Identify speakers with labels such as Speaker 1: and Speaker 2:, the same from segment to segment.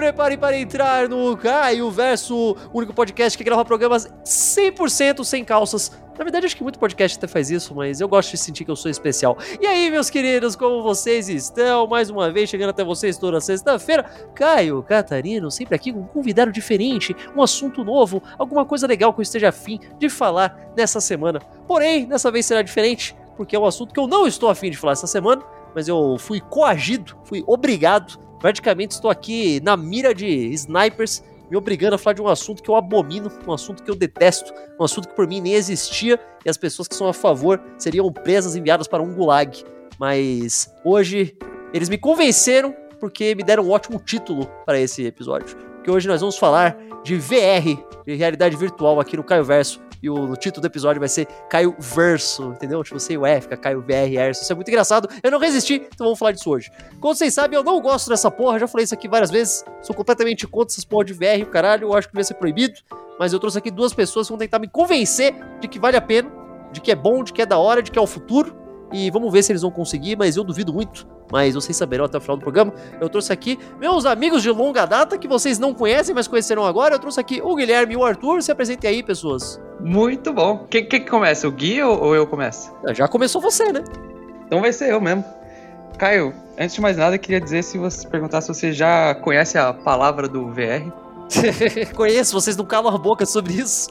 Speaker 1: prepare para entrar no Caio Verso, o único podcast que grava programas 100% sem calças. Na verdade, acho que muito podcast até faz isso, mas eu gosto de sentir que eu sou especial. E aí, meus queridos, como vocês estão? Mais uma vez, chegando até vocês toda sexta-feira. Caio, Catarino, sempre aqui com um convidado diferente, um assunto novo, alguma coisa legal que eu esteja afim de falar nessa semana. Porém, dessa vez será diferente, porque é um assunto que eu não estou afim de falar essa semana, mas eu fui coagido, fui obrigado. Praticamente estou aqui na mira de snipers, me obrigando a falar de um assunto que eu abomino, um assunto que eu detesto, um assunto que por mim nem existia e as pessoas que são a favor seriam presas enviadas para um gulag. Mas hoje eles me convenceram porque me deram um ótimo título para esse episódio. Porque hoje nós vamos falar de VR, de realidade virtual aqui no Caio Verso. E o título do episódio vai ser Caio Verso, entendeu? Tipo, sem o F, fica Caio VR, Erso. Isso é muito engraçado. Eu não resisti, então vamos falar disso hoje. Como vocês sabem, eu não gosto dessa porra, já falei isso aqui várias vezes. Sou completamente contra essas porra de VR, o caralho. Eu acho que devia ser proibido. Mas eu trouxe aqui duas pessoas que vão tentar me convencer de que vale a pena, de que é bom, de que é da hora, de que é o futuro. E vamos ver se eles vão conseguir, mas eu duvido muito. Mas vocês saberão até o final do programa. Eu trouxe aqui meus amigos de longa data, que vocês não conhecem, mas conhecerão agora. Eu trouxe aqui o Guilherme e o Arthur. Se apresentem aí, pessoas.
Speaker 2: Muito bom. Quem que começa? O Gui ou eu começo?
Speaker 1: Já começou você, né?
Speaker 2: Então vai ser eu mesmo. Caio, antes de mais nada, eu queria dizer se você perguntar se você já conhece a palavra do VR.
Speaker 1: Conheço, vocês não calam a boca sobre isso.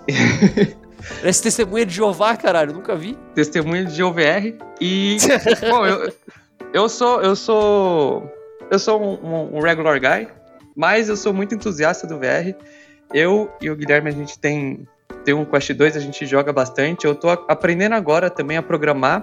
Speaker 1: Parece testemunha de Jeová, caralho, nunca vi.
Speaker 2: Testemunha de OVR. E, bom, eu sou um regular guy, mas eu sou muito entusiasta do VR. Eu e o Guilherme, a gente tem um Quest 2, a gente joga bastante. Eu tô aprendendo agora também a programar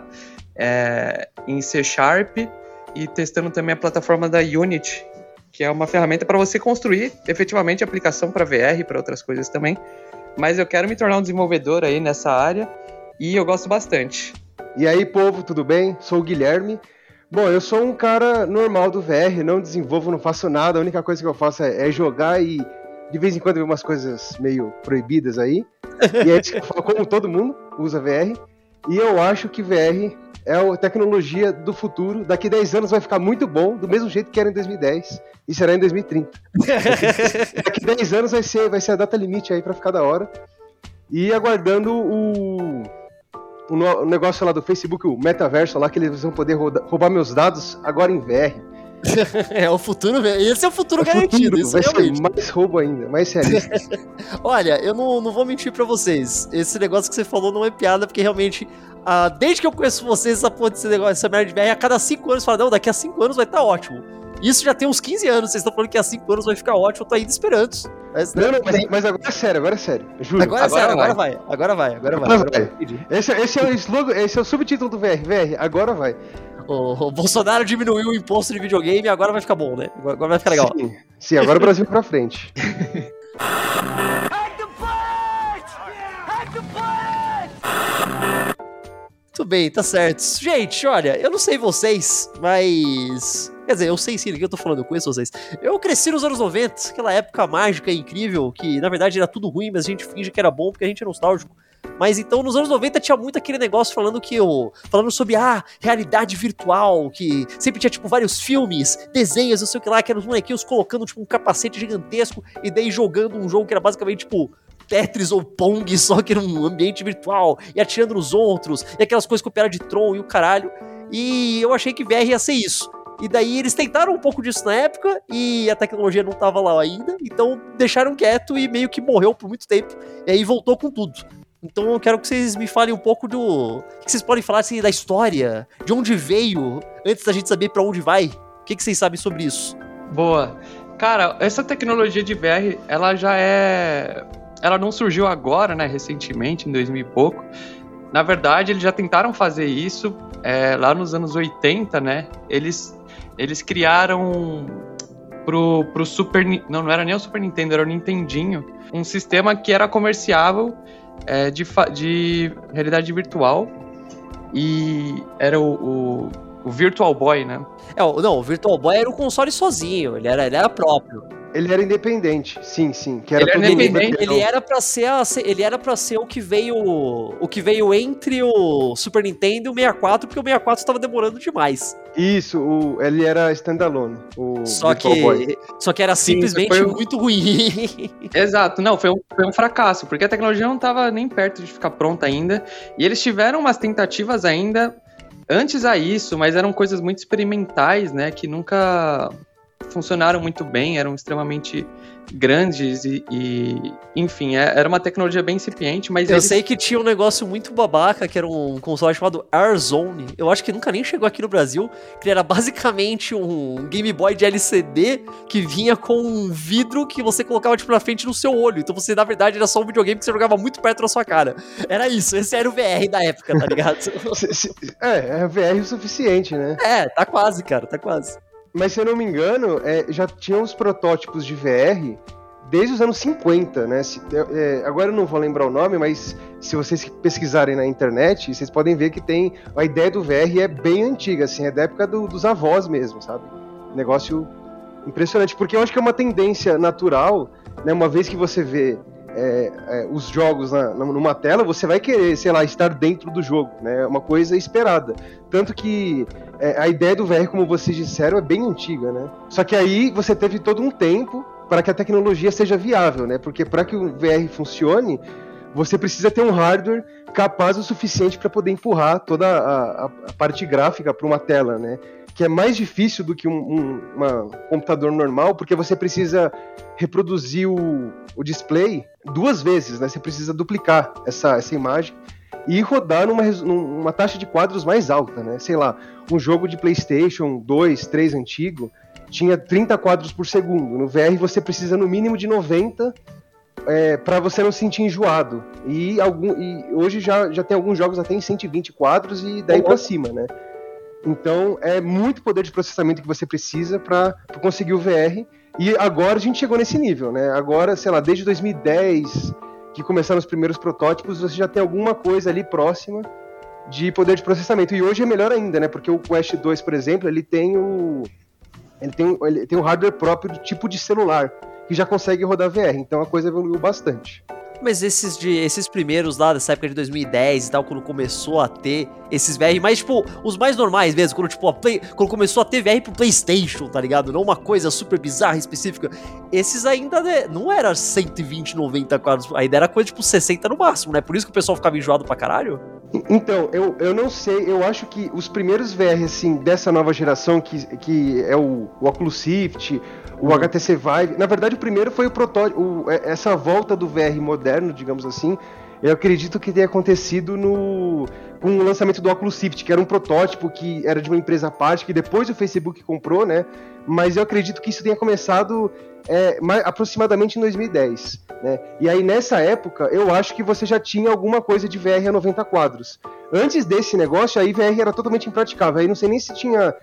Speaker 2: em C# e testando também a plataforma da Unity, que é uma ferramenta para você construir efetivamente aplicação para VR e para outras coisas também. Mas eu quero me tornar um desenvolvedor aí nessa área e eu gosto bastante.
Speaker 3: E aí, povo, tudo bem? Sou o Guilherme. Bom, eu sou um cara normal do VR, não desenvolvo, não faço nada. A única coisa que eu faço é jogar e de vez em quando ver umas coisas meio proibidas aí. E é isso que eu falo, como todo mundo usa VR. E eu acho que VR é a tecnologia do futuro. Daqui 10 anos vai ficar muito bom, do mesmo jeito que era em 2010. E será em 2030. Daqui 10 anos vai ser a data limite aí pra ficar da hora. E aguardando o negócio lá do Facebook, o metaverso lá, que eles vão poder roubar meus dados agora em VR.
Speaker 1: É o futuro, esse é o futuro garantido. Isso
Speaker 3: vai
Speaker 1: realmente
Speaker 3: ser mais roubo ainda, mais realista.
Speaker 1: Olha, eu não vou mentir pra vocês. Esse negócio que você falou não é piada, porque realmente, desde que eu conheço vocês, essa merda de VR, a cada 5 anos, fala, não, daqui a 5 anos vai estar ótimo. Isso já tem uns 15 anos, vocês estão falando que há 5 anos vai ficar ótimo, eu tô ainda esperando.
Speaker 3: Mas agora é sério, juro.
Speaker 1: Agora é sério, agora vai.
Speaker 3: Esse é o slogan, esse é o subtítulo do VR, agora vai.
Speaker 1: O Bolsonaro diminuiu o imposto de videogame e agora vai ficar bom, né? Agora vai ficar legal.
Speaker 3: Sim, agora o Brasil vai pra frente.
Speaker 1: Muito bem, tá certo. Gente, olha, eu não sei vocês, mas... Quer dizer, eu sei sim, do que eu tô falando, eu conheço vocês. Eu cresci nos anos 90, aquela época mágica e incrível, que na verdade era tudo ruim, mas a gente finge que era bom porque a gente é nostálgico. Mas então, nos anos 90 tinha muito aquele negócio falando sobre realidade virtual, que sempre tinha, tipo, vários filmes, desenhos, não sei o que lá, que eram os molequinhos colocando, tipo, um capacete gigantesco e daí jogando um jogo que era basicamente, tipo, Tetris ou Pong, só que num ambiente virtual, e atirando nos outros, e aquelas coisas copiadas de Tron e o caralho. E eu achei que VR ia ser isso. E daí eles tentaram um pouco disso na época, e a tecnologia não tava lá ainda, então deixaram quieto e meio que morreu por muito tempo, e aí voltou com tudo. Então eu quero que vocês me falem um pouco o que vocês podem falar assim, da história, de onde veio, antes da gente saber pra onde vai. O que vocês sabem sobre isso?
Speaker 2: Boa. Cara, essa tecnologia de VR, ela não surgiu agora, né, recentemente, em 2000 e pouco. Na verdade, eles já tentaram fazer isso lá nos anos 80, né? Eles criaram pro Super... Não era nem o Super Nintendo, era o Nintendinho. Um sistema que era comerciável de realidade virtual. E era o Virtual Boy, né?
Speaker 1: O Virtual Boy era o console sozinho, ele era próprio.
Speaker 3: Ele era independente, sim, que era
Speaker 2: Ele era
Speaker 3: todo mundo
Speaker 2: independente.
Speaker 3: daquele-
Speaker 1: Ele era pra ser o que veio entre o Super Nintendo e o 64, porque o 64 estava demorando demais.
Speaker 3: Isso, ele era standalone, o
Speaker 1: Só
Speaker 3: Virtual Boy.
Speaker 1: que era
Speaker 2: Sim,
Speaker 1: simplesmente
Speaker 2: foi
Speaker 1: muito ruim.
Speaker 2: Exato, não, foi um fracasso, porque a tecnologia não estava nem perto de ficar pronta ainda, e eles tiveram umas tentativas ainda antes a isso, mas eram coisas muito experimentais, né, que nunca funcionaram muito bem, eram extremamente grandes enfim, era uma tecnologia bem incipiente, mas
Speaker 1: Eu sei que tinha um negócio muito babaca, que era um console chamado Airzone. Eu acho que nunca nem chegou aqui no Brasil, que era basicamente um Game Boy de LCD que vinha com um vidro que você colocava tipo na frente no seu olho. Então você, na verdade, era só um videogame que você jogava muito perto da sua cara. Era isso, esse era o VR da época, tá ligado?
Speaker 3: É VR o suficiente, né?
Speaker 1: Tá quase, cara, tá quase.
Speaker 3: Mas se eu não me engano, já tinha uns protótipos de VR desde os anos 50, né? Agora eu não vou lembrar o nome, mas se vocês pesquisarem na internet, vocês podem ver que a ideia do VR é bem antiga, assim, é da época dos avós mesmo, sabe? Negócio impressionante, porque eu acho que é uma tendência natural, né? Uma vez que você vê os jogos numa tela, você vai querer, sei lá, estar dentro do jogo, né? É uma coisa esperada. Tanto que a ideia do VR, como vocês disseram, é bem antiga, né? Só que aí você teve todo um tempo para que a tecnologia seja viável, né? Porque para que o VR funcione, você precisa ter um hardware capaz o suficiente para poder empurrar toda a parte gráfica para uma tela, né? Que é mais difícil do que um computador normal, porque você precisa reproduzir o display 2 vezes, né? Você precisa duplicar essa imagem e rodar numa taxa de quadros mais alta, né? Sei lá, um jogo de PlayStation 2, 3 antigo tinha 30 quadros por segundo. No VR você precisa no mínimo de 90 para você não se sentir enjoado. E hoje já tem alguns jogos até em 120 quadros e daí para cima, né? Então é muito poder de processamento que você precisa para conseguir o VR. E agora a gente chegou nesse nível, né? Agora, sei lá, desde 2010 que começaram os primeiros protótipos, você já tem alguma coisa ali próxima de poder de processamento. E hoje é melhor ainda, né? Porque o Quest 2, por exemplo, ele tem um hardware próprio do tipo de celular, que já consegue rodar VR. Então a coisa evoluiu bastante.
Speaker 1: Mas esses primeiros lá, dessa época de 2010 e tal, quando começou a ter esses VR, mas tipo, os mais normais mesmo, quando tipo, quando começou a ter VR pro PlayStation, tá ligado? Não uma coisa super bizarra, específica. Esses ainda, né, não era 120, 90 quadros, ainda era coisa tipo 60 no máximo, né? Por isso que o pessoal ficava enjoado pra caralho?
Speaker 3: Então, eu não sei, eu acho que os primeiros VR, assim, dessa nova geração, que é o Oculus Rift, o HTC Vive, na verdade o primeiro foi o protótipo, essa volta do VR moderno, digamos assim, eu acredito que tenha acontecido com o lançamento do Oculus Rift, que era um protótipo que era de uma empresa à parte, que depois o Facebook comprou, né? Mas eu acredito que isso tenha começado aproximadamente em 2010, né? E aí nessa época eu acho que você já tinha alguma coisa de VR a 90 quadros. Antes desse negócio, aí VR era totalmente impraticável. Aí não sei nem se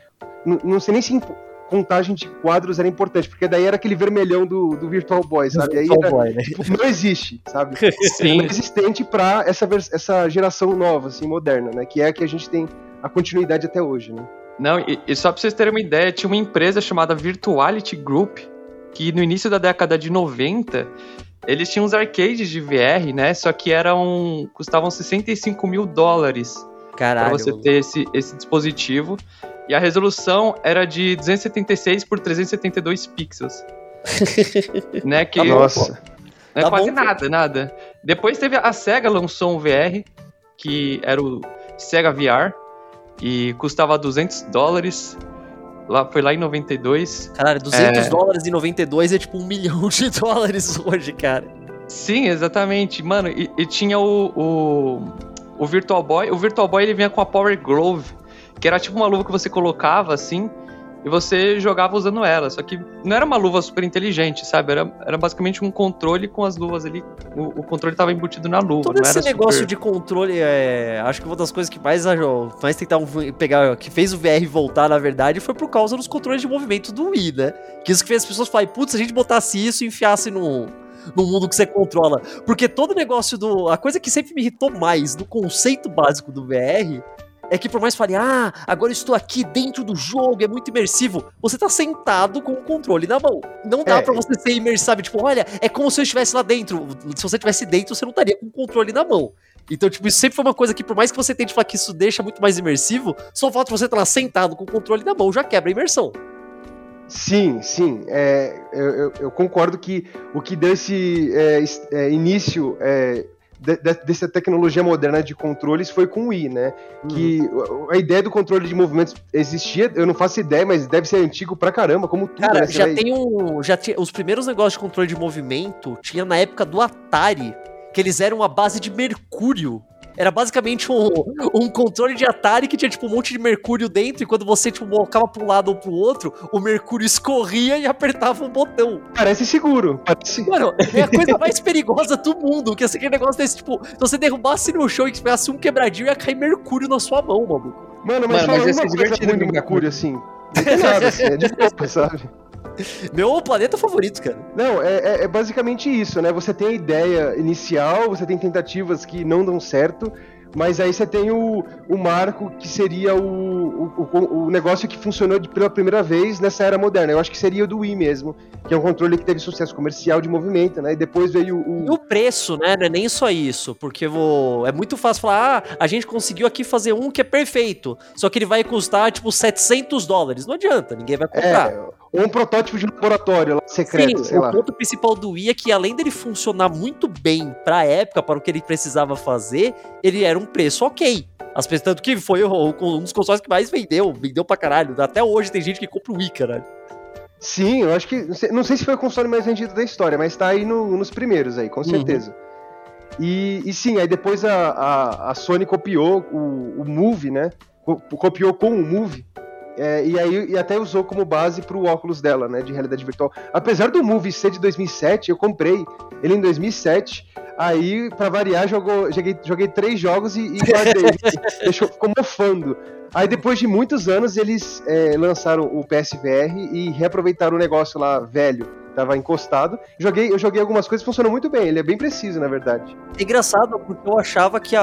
Speaker 3: contagem de quadros era importante, porque daí era aquele vermelhão do Virtual Boy, sabe? Aí
Speaker 1: né?
Speaker 3: tipo, não existe, sabe?
Speaker 2: Sim.
Speaker 3: Não é existente para essa geração nova, assim, moderna, né? Que é a que a gente tem a continuidade até hoje, né?
Speaker 2: Não, e só pra vocês terem uma ideia, tinha uma empresa chamada Virtuality Group, que no início da década de 90, eles tinham uns arcades de VR, né? Só que custavam $65 mil
Speaker 1: Caralho,
Speaker 2: pra você ter esse dispositivo. E a resolução era de 276 por 372 pixels. Né? Que,
Speaker 3: Nossa.
Speaker 2: Não é
Speaker 1: Tá
Speaker 2: quase
Speaker 1: bom,
Speaker 2: nada. Depois teve a Sega lançou um VR, que era o Sega VR, e custava $200. Foi lá em 92.
Speaker 1: Caralho, $200 em 92 é tipo $1 milhão hoje, cara.
Speaker 2: Sim, exatamente. Mano, e tinha o Virtual Boy. O Virtual Boy ele vinha com a Power Glove, que era tipo uma luva que você colocava assim e você jogava usando ela. Só que não era uma luva super inteligente, sabe? Era basicamente um controle com as luvas ali. O controle tava embutido na luva.
Speaker 1: Todo
Speaker 2: não
Speaker 1: esse
Speaker 2: era
Speaker 1: negócio
Speaker 2: super...
Speaker 1: de controle, acho que uma das coisas que mais tentavam pegar, que fez o VR voltar, na verdade, foi por causa dos controles de movimento do Wii, né? Que isso que fez as pessoas falarem, putz, se a gente botasse isso e enfiasse no mundo que você controla. Porque todo negócio a coisa que sempre me irritou mais do conceito básico do VR é que por mais que fale, agora eu estou aqui dentro do jogo, é muito imersivo, você tá sentado com o controle na mão. Não dá pra você ser imersivo, tipo, olha, é como se eu estivesse lá dentro. Se você estivesse dentro, você não estaria com o controle na mão. Então, tipo, isso sempre foi uma coisa que, por mais que você tente falar que isso deixa muito mais imersivo, só o fato de você estar lá sentado com o controle na mão já quebra a imersão.
Speaker 3: Sim. Eu concordo que o que deu esse início dessa tecnologia moderna de controles foi com o Wii, né? Que a ideia do controle de movimentos existia, eu não faço ideia, mas deve ser antigo pra caramba, como tudo.
Speaker 1: Cara,
Speaker 3: né?
Speaker 1: já tinha os primeiros negócios de controle de movimento, tinha na época do Atari, que eles eram a base de mercúrio. Era basicamente um controle de Atari que tinha, tipo, um monte de mercúrio dentro, e quando você, tipo, colocava pra um lado ou pro outro, o mercúrio escorria e apertava um botão.
Speaker 3: Parece seguro.
Speaker 1: Mano, é a coisa mais perigosa do mundo, que aquele negócio desse, tipo, se você derrubasse no chão e pegasse um quebradinho, ia cair mercúrio na sua mão, maluco.
Speaker 3: Mano, mas fala uma coisa ruim do mercúrio, assim. Não tem nada, assim, é de boa, sabe?
Speaker 1: Meu planeta favorito, cara.
Speaker 3: Não, é basicamente isso, né? Você tem a ideia inicial, você tem tentativas que não dão certo, mas aí você tem o marco que seria o negócio que funcionou pela primeira vez nessa era moderna. Eu acho que seria o do Wii mesmo, que é um controle que teve sucesso comercial de movimento, né? E depois veio
Speaker 1: E o preço, né? Não é nem só isso, porque é muito fácil falar, a gente conseguiu aqui fazer um que é perfeito, só que ele vai custar, tipo, $700. Não adianta, ninguém vai comprar.
Speaker 3: Ou um protótipo de laboratório lá, secreto,
Speaker 1: sim,
Speaker 3: sei lá.
Speaker 1: O ponto principal do Wii é que, além dele funcionar muito bem pra época, para o que ele precisava fazer, ele era um preço ok. Tanto que foi um dos consoles que mais vendeu pra caralho. Até hoje tem gente que compra o Wii, caralho.
Speaker 3: Sim, eu acho que... Não sei se foi o console mais vendido da história, mas tá aí nos primeiros aí, com certeza. E sim, aí depois a Sony copiou o Move, né? Copiou com o Move. E até usou como base pro óculos dela, né, de realidade virtual. Apesar do Move ser de 2007, eu comprei ele em 2007, aí, pra variar, joguei 3 jogos e guardei. Ficou mofando. Aí, depois de muitos anos, eles lançaram o PSVR e reaproveitaram o negócio lá velho. Tava encostado. Eu joguei algumas coisas, funcionou muito bem. Ele é bem preciso, na verdade.
Speaker 1: É engraçado, porque eu achava que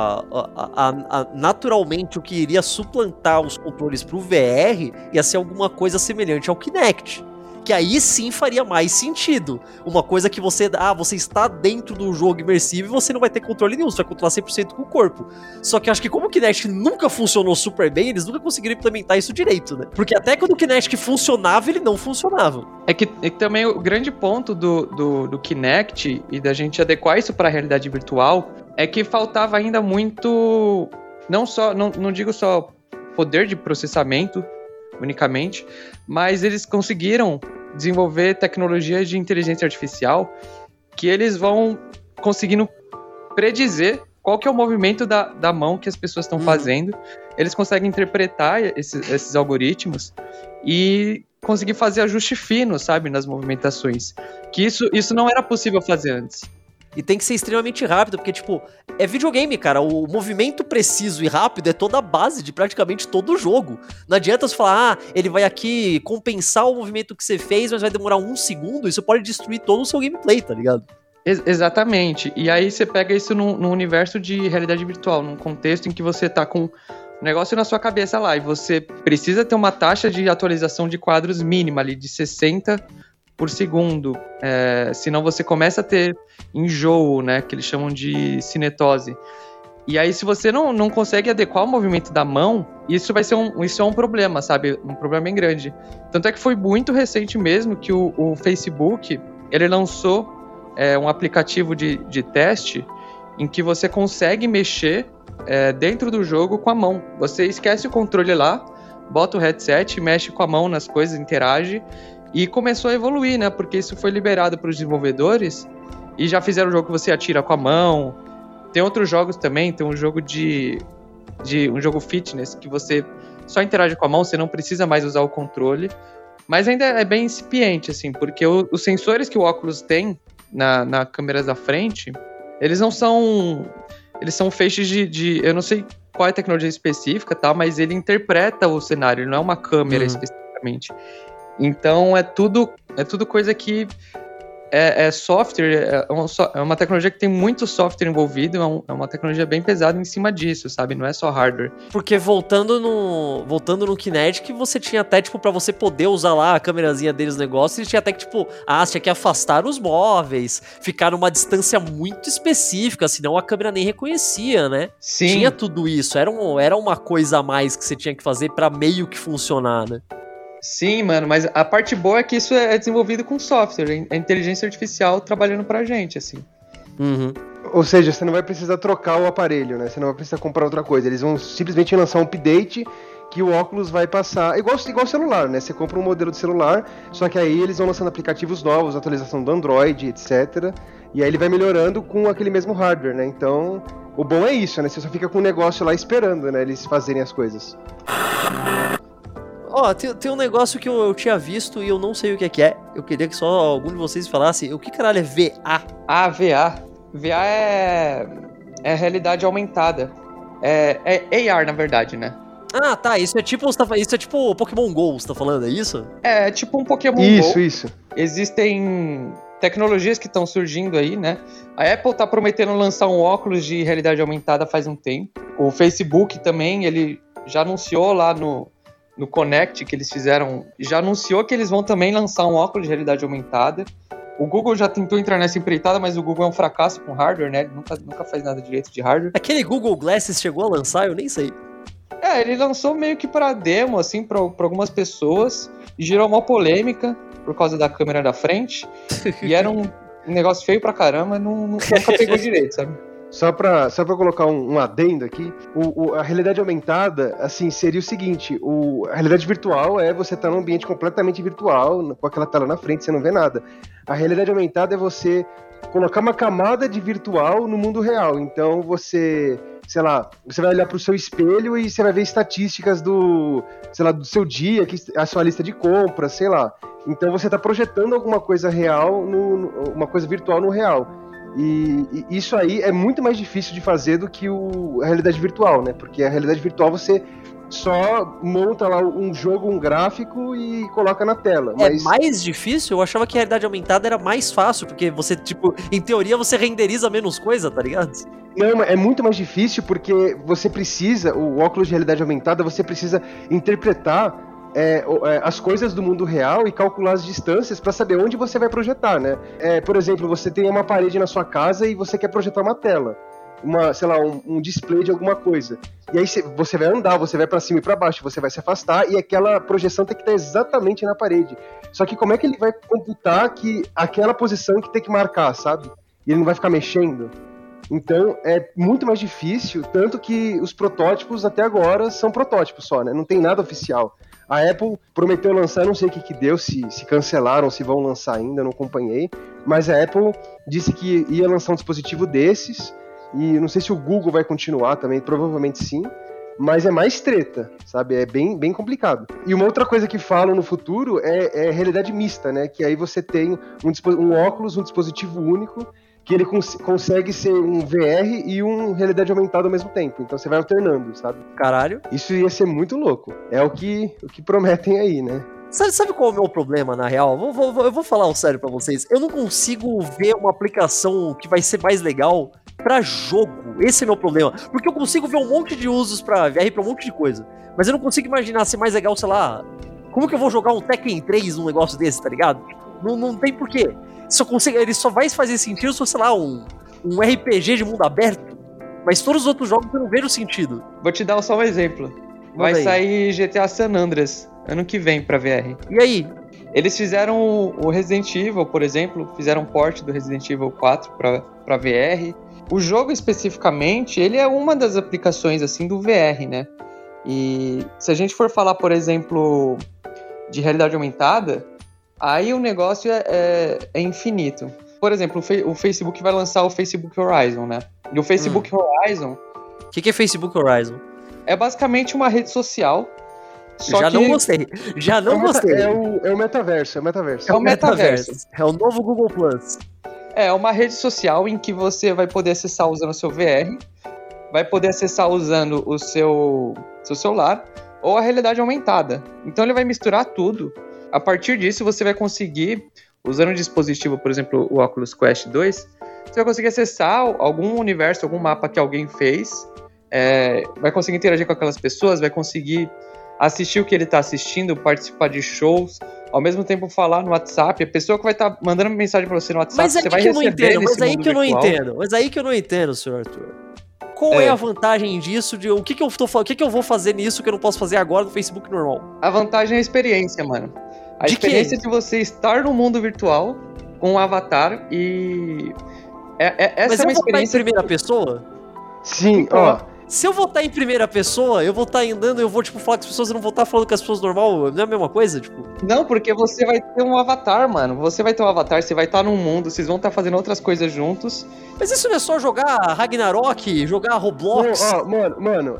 Speaker 1: naturalmente o que iria suplantar os controles pro VR ia ser alguma coisa semelhante ao Kinect. Que aí sim faria mais sentido. Uma coisa que você está dentro do jogo imersivo e você não vai ter controle nenhum, você vai controlar 100% com o corpo. Só que eu acho que como o Kinect nunca funcionou super bem, eles nunca conseguiram implementar isso direito, né? Porque até quando o Kinect funcionava, ele não funcionava.
Speaker 2: É que também o grande ponto do Kinect e da gente adequar isso para a realidade virtual é que faltava ainda muito, não digo só poder de processamento unicamente, mas eles conseguiram desenvolver tecnologias de inteligência artificial que eles vão conseguindo predizer qual que é o movimento da mão que as pessoas estão fazendo. Eles conseguem interpretar esses algoritmos e conseguir fazer ajuste fino, sabe, nas movimentações. Que isso não era possível fazer antes.
Speaker 1: E tem que ser extremamente rápido, porque, tipo, é videogame, cara. O movimento preciso e rápido é toda a base de praticamente todo o jogo. Não adianta você falar, ele vai aqui compensar o movimento que você fez, mas vai demorar 1 segundo. Isso pode destruir todo o seu gameplay, tá ligado?
Speaker 2: Exatamente. E aí você pega isso num universo de realidade virtual, num contexto em que você tá com um negócio na sua cabeça lá, e você precisa ter uma taxa de atualização de quadros mínima ali, de 60 por segundo, senão você começa a ter enjoo, né, que eles chamam de cinetose. E aí, se você não consegue adequar o movimento da mão, isso é um problema, sabe? Um problema bem grande. Tanto é que foi muito recente mesmo que o Facebook, ele lançou um aplicativo de teste em que você consegue mexer dentro do jogo com a mão. Você esquece o controle lá, bota o headset, mexe com a mão nas coisas, interage. E começou a evoluir, né? Porque isso foi liberado para os desenvolvedores e já fizeram um jogo que você atira com a mão. Tem outros jogos também, tem um jogo um jogo fitness que você só interage com a mão, você não precisa mais usar o controle. Mas ainda é bem incipiente, assim, porque os sensores que o óculos tem na câmera da frente, eles não são... Eles são feixes eu não sei qual é a tecnologia específica, tá? Mas ele interpreta o cenário, ele não é uma câmera especificamente. Então é tudo coisa que é software, é uma tecnologia que tem muito software envolvido, é uma tecnologia bem pesada em cima disso, sabe? Não é só hardware.
Speaker 1: Porque voltando no Kinetic, você tinha até, tipo, pra você poder usar lá a câmerazinha deles no negócio, e tinha até que, tipo, você tinha que afastar os móveis, ficar numa distância muito específica, senão a câmera nem reconhecia, né?
Speaker 2: Sim.
Speaker 1: Tinha tudo isso, era uma coisa a mais que você tinha que fazer pra meio que funcionar, né?
Speaker 2: Sim, mano, mas a parte boa é que isso é desenvolvido com software, é inteligência artificial trabalhando pra gente, assim.
Speaker 1: Uhum.
Speaker 3: Ou seja, você não vai precisar trocar o aparelho, né? Você não vai precisar comprar outra coisa. Eles vão simplesmente lançar um update que o óculos vai passar. Igual celular, né? Você compra um modelo de celular, só que aí eles vão lançando aplicativos novos, atualização do Android, etc. E aí ele vai melhorando com aquele mesmo hardware, né? Então, o bom é isso, né? Você só fica com o negócio lá esperando, né? Eles fazerem as coisas.
Speaker 1: Tem um negócio que eu tinha visto e eu não sei o que é. Eu queria que só algum de vocês falasse. O que caralho é VA?
Speaker 2: VA. VA é realidade aumentada. É AR, na verdade, né?
Speaker 1: Ah, tá. Isso é tipo o Pokémon GO, você tá falando, é isso?
Speaker 2: É tipo um Pokémon
Speaker 3: GO.
Speaker 2: Isso. Existem tecnologias que estão surgindo aí, né? A Apple tá prometendo lançar um óculos de realidade aumentada faz um tempo. O Facebook também, ele já anunciou lá no Connect que eles fizeram, já anunciou que eles vão também lançar um óculos de realidade aumentada. O Google já tentou entrar nessa empreitada, mas o Google é um fracasso com hardware, né? Ele nunca faz nada direito de hardware.
Speaker 1: Aquele Google Glasses chegou a lançar? Eu nem sei.
Speaker 2: Ele lançou meio que para demo, assim, para algumas pessoas, e gerou uma polêmica por causa da câmera da frente, e era um negócio feio pra caramba, nunca pegou direito, sabe?
Speaker 3: Só pra colocar um adendo aqui, a realidade aumentada, assim, seria o seguinte, a realidade virtual é você estar num ambiente completamente virtual, com aquela tela na frente, você não vê nada. A realidade aumentada é você colocar uma camada de virtual no mundo real. Então você, sei lá, você vai olhar pro seu espelho e você vai ver estatísticas do seu dia, a sua lista de compras, sei lá. Então você tá projetando alguma coisa real, uma coisa virtual no real. E isso aí é muito mais difícil de fazer do que a realidade virtual, né? Porque a realidade virtual você só monta lá um jogo, um gráfico e coloca na tela.
Speaker 1: É mais difícil? Eu achava que a realidade aumentada era mais fácil, porque você, tipo, em teoria você renderiza menos coisa, tá ligado?
Speaker 3: Não, é muito mais difícil porque você precisa, o óculos de realidade aumentada, você precisa interpretar as coisas do mundo real e calcular as distâncias para saber onde você vai projetar, né? Por exemplo, você tem uma parede na sua casa e você quer projetar uma tela, um display de alguma coisa. E aí você vai andar, você vai para cima e para baixo, você vai se afastar e aquela projeção tem que estar exatamente na parede. Só que como é que ele vai computar que aquela posição que tem que marcar, sabe? E ele não vai ficar mexendo? Então é muito mais difícil, tanto que os protótipos até agora são protótipos só, né? Não tem nada oficial. A Apple prometeu lançar, não sei o que deu, se cancelaram, se vão lançar ainda, não acompanhei. Mas a Apple disse que ia lançar um dispositivo desses, e não sei se o Google vai continuar também, provavelmente sim. Mas é mais treta, sabe? É bem, bem complicado. E uma outra coisa que falam no futuro é realidade mista, né? Que aí você tem um óculos, um dispositivo único, que ele consegue ser um VR e um realidade aumentada ao mesmo tempo. Então você vai alternando, sabe?
Speaker 1: Caralho.
Speaker 3: Isso ia ser muito louco. É o que prometem aí, né?
Speaker 1: Sabe qual é o meu problema, na real? Eu vou falar o sério pra vocês. Eu não consigo ver uma aplicação que vai ser mais legal pra jogo. Esse é meu problema. Porque eu consigo ver um monte de usos pra VR, pra um monte de coisa. Mas eu não consigo imaginar ser mais legal, sei lá... Como que eu vou jogar um Tekken 3 num negócio desse, tá ligado? Não tem porquê. Ele só vai fazer sentido se for, sei lá, um RPG de mundo aberto. Mas todos os outros jogos eu não vejo sentido.
Speaker 2: Vou te dar só um exemplo. Vai sair GTA San Andreas ano que vem pra VR.
Speaker 1: E aí?
Speaker 2: Eles fizeram o Resident Evil, por exemplo, fizeram um port do Resident Evil 4 pra VR. O jogo especificamente, ele é uma das aplicações assim do VR, né? E se a gente for falar, por exemplo, de realidade aumentada, aí o negócio é infinito. Por exemplo, o Facebook vai lançar o Facebook Horizon, né? E o Facebook Horizon...
Speaker 1: O que é Facebook Horizon?
Speaker 2: É basicamente uma rede social.
Speaker 1: Não gostei.
Speaker 3: É o metaverso.
Speaker 2: É o metaverso.
Speaker 1: É o novo Google Plus.
Speaker 2: É uma rede social em que você vai poder acessar usando o seu VR, vai poder acessar usando o seu celular ou a realidade aumentada. Então ele vai misturar tudo. A partir disso você vai conseguir usando um dispositivo, por exemplo, o Oculus Quest 2, você vai conseguir acessar algum universo, algum mapa que alguém fez, vai conseguir interagir com aquelas pessoas, vai conseguir assistir o que ele está assistindo, participar de shows, ao mesmo tempo falar no WhatsApp, a pessoa que vai estar mandando mensagem para você no WhatsApp, você vai receber nesse mundo virtual.
Speaker 1: Mas aí que eu não entendo, senhor Arthur. Qual é a vantagem disso? O que eu vou fazer nisso que eu não posso fazer agora no Facebook normal?
Speaker 2: A vantagem é a experiência, mano. A experiência de você estar no mundo virtual com um avatar e...
Speaker 1: Mas eu vou estar em primeira pessoa?
Speaker 3: Sim, ó.
Speaker 1: Se eu vou estar em primeira pessoa, eu vou estar andando, eu vou, tipo, falar com as pessoas, eu não vou estar falando com as pessoas normal, não é a mesma coisa, tipo?
Speaker 2: Não, porque você vai ter um avatar, mano. Você vai ter um avatar, você vai estar num mundo, vocês vão estar fazendo outras coisas juntos.
Speaker 1: Mas isso não é só jogar Ragnarok, jogar Roblox?
Speaker 3: Ó, mano,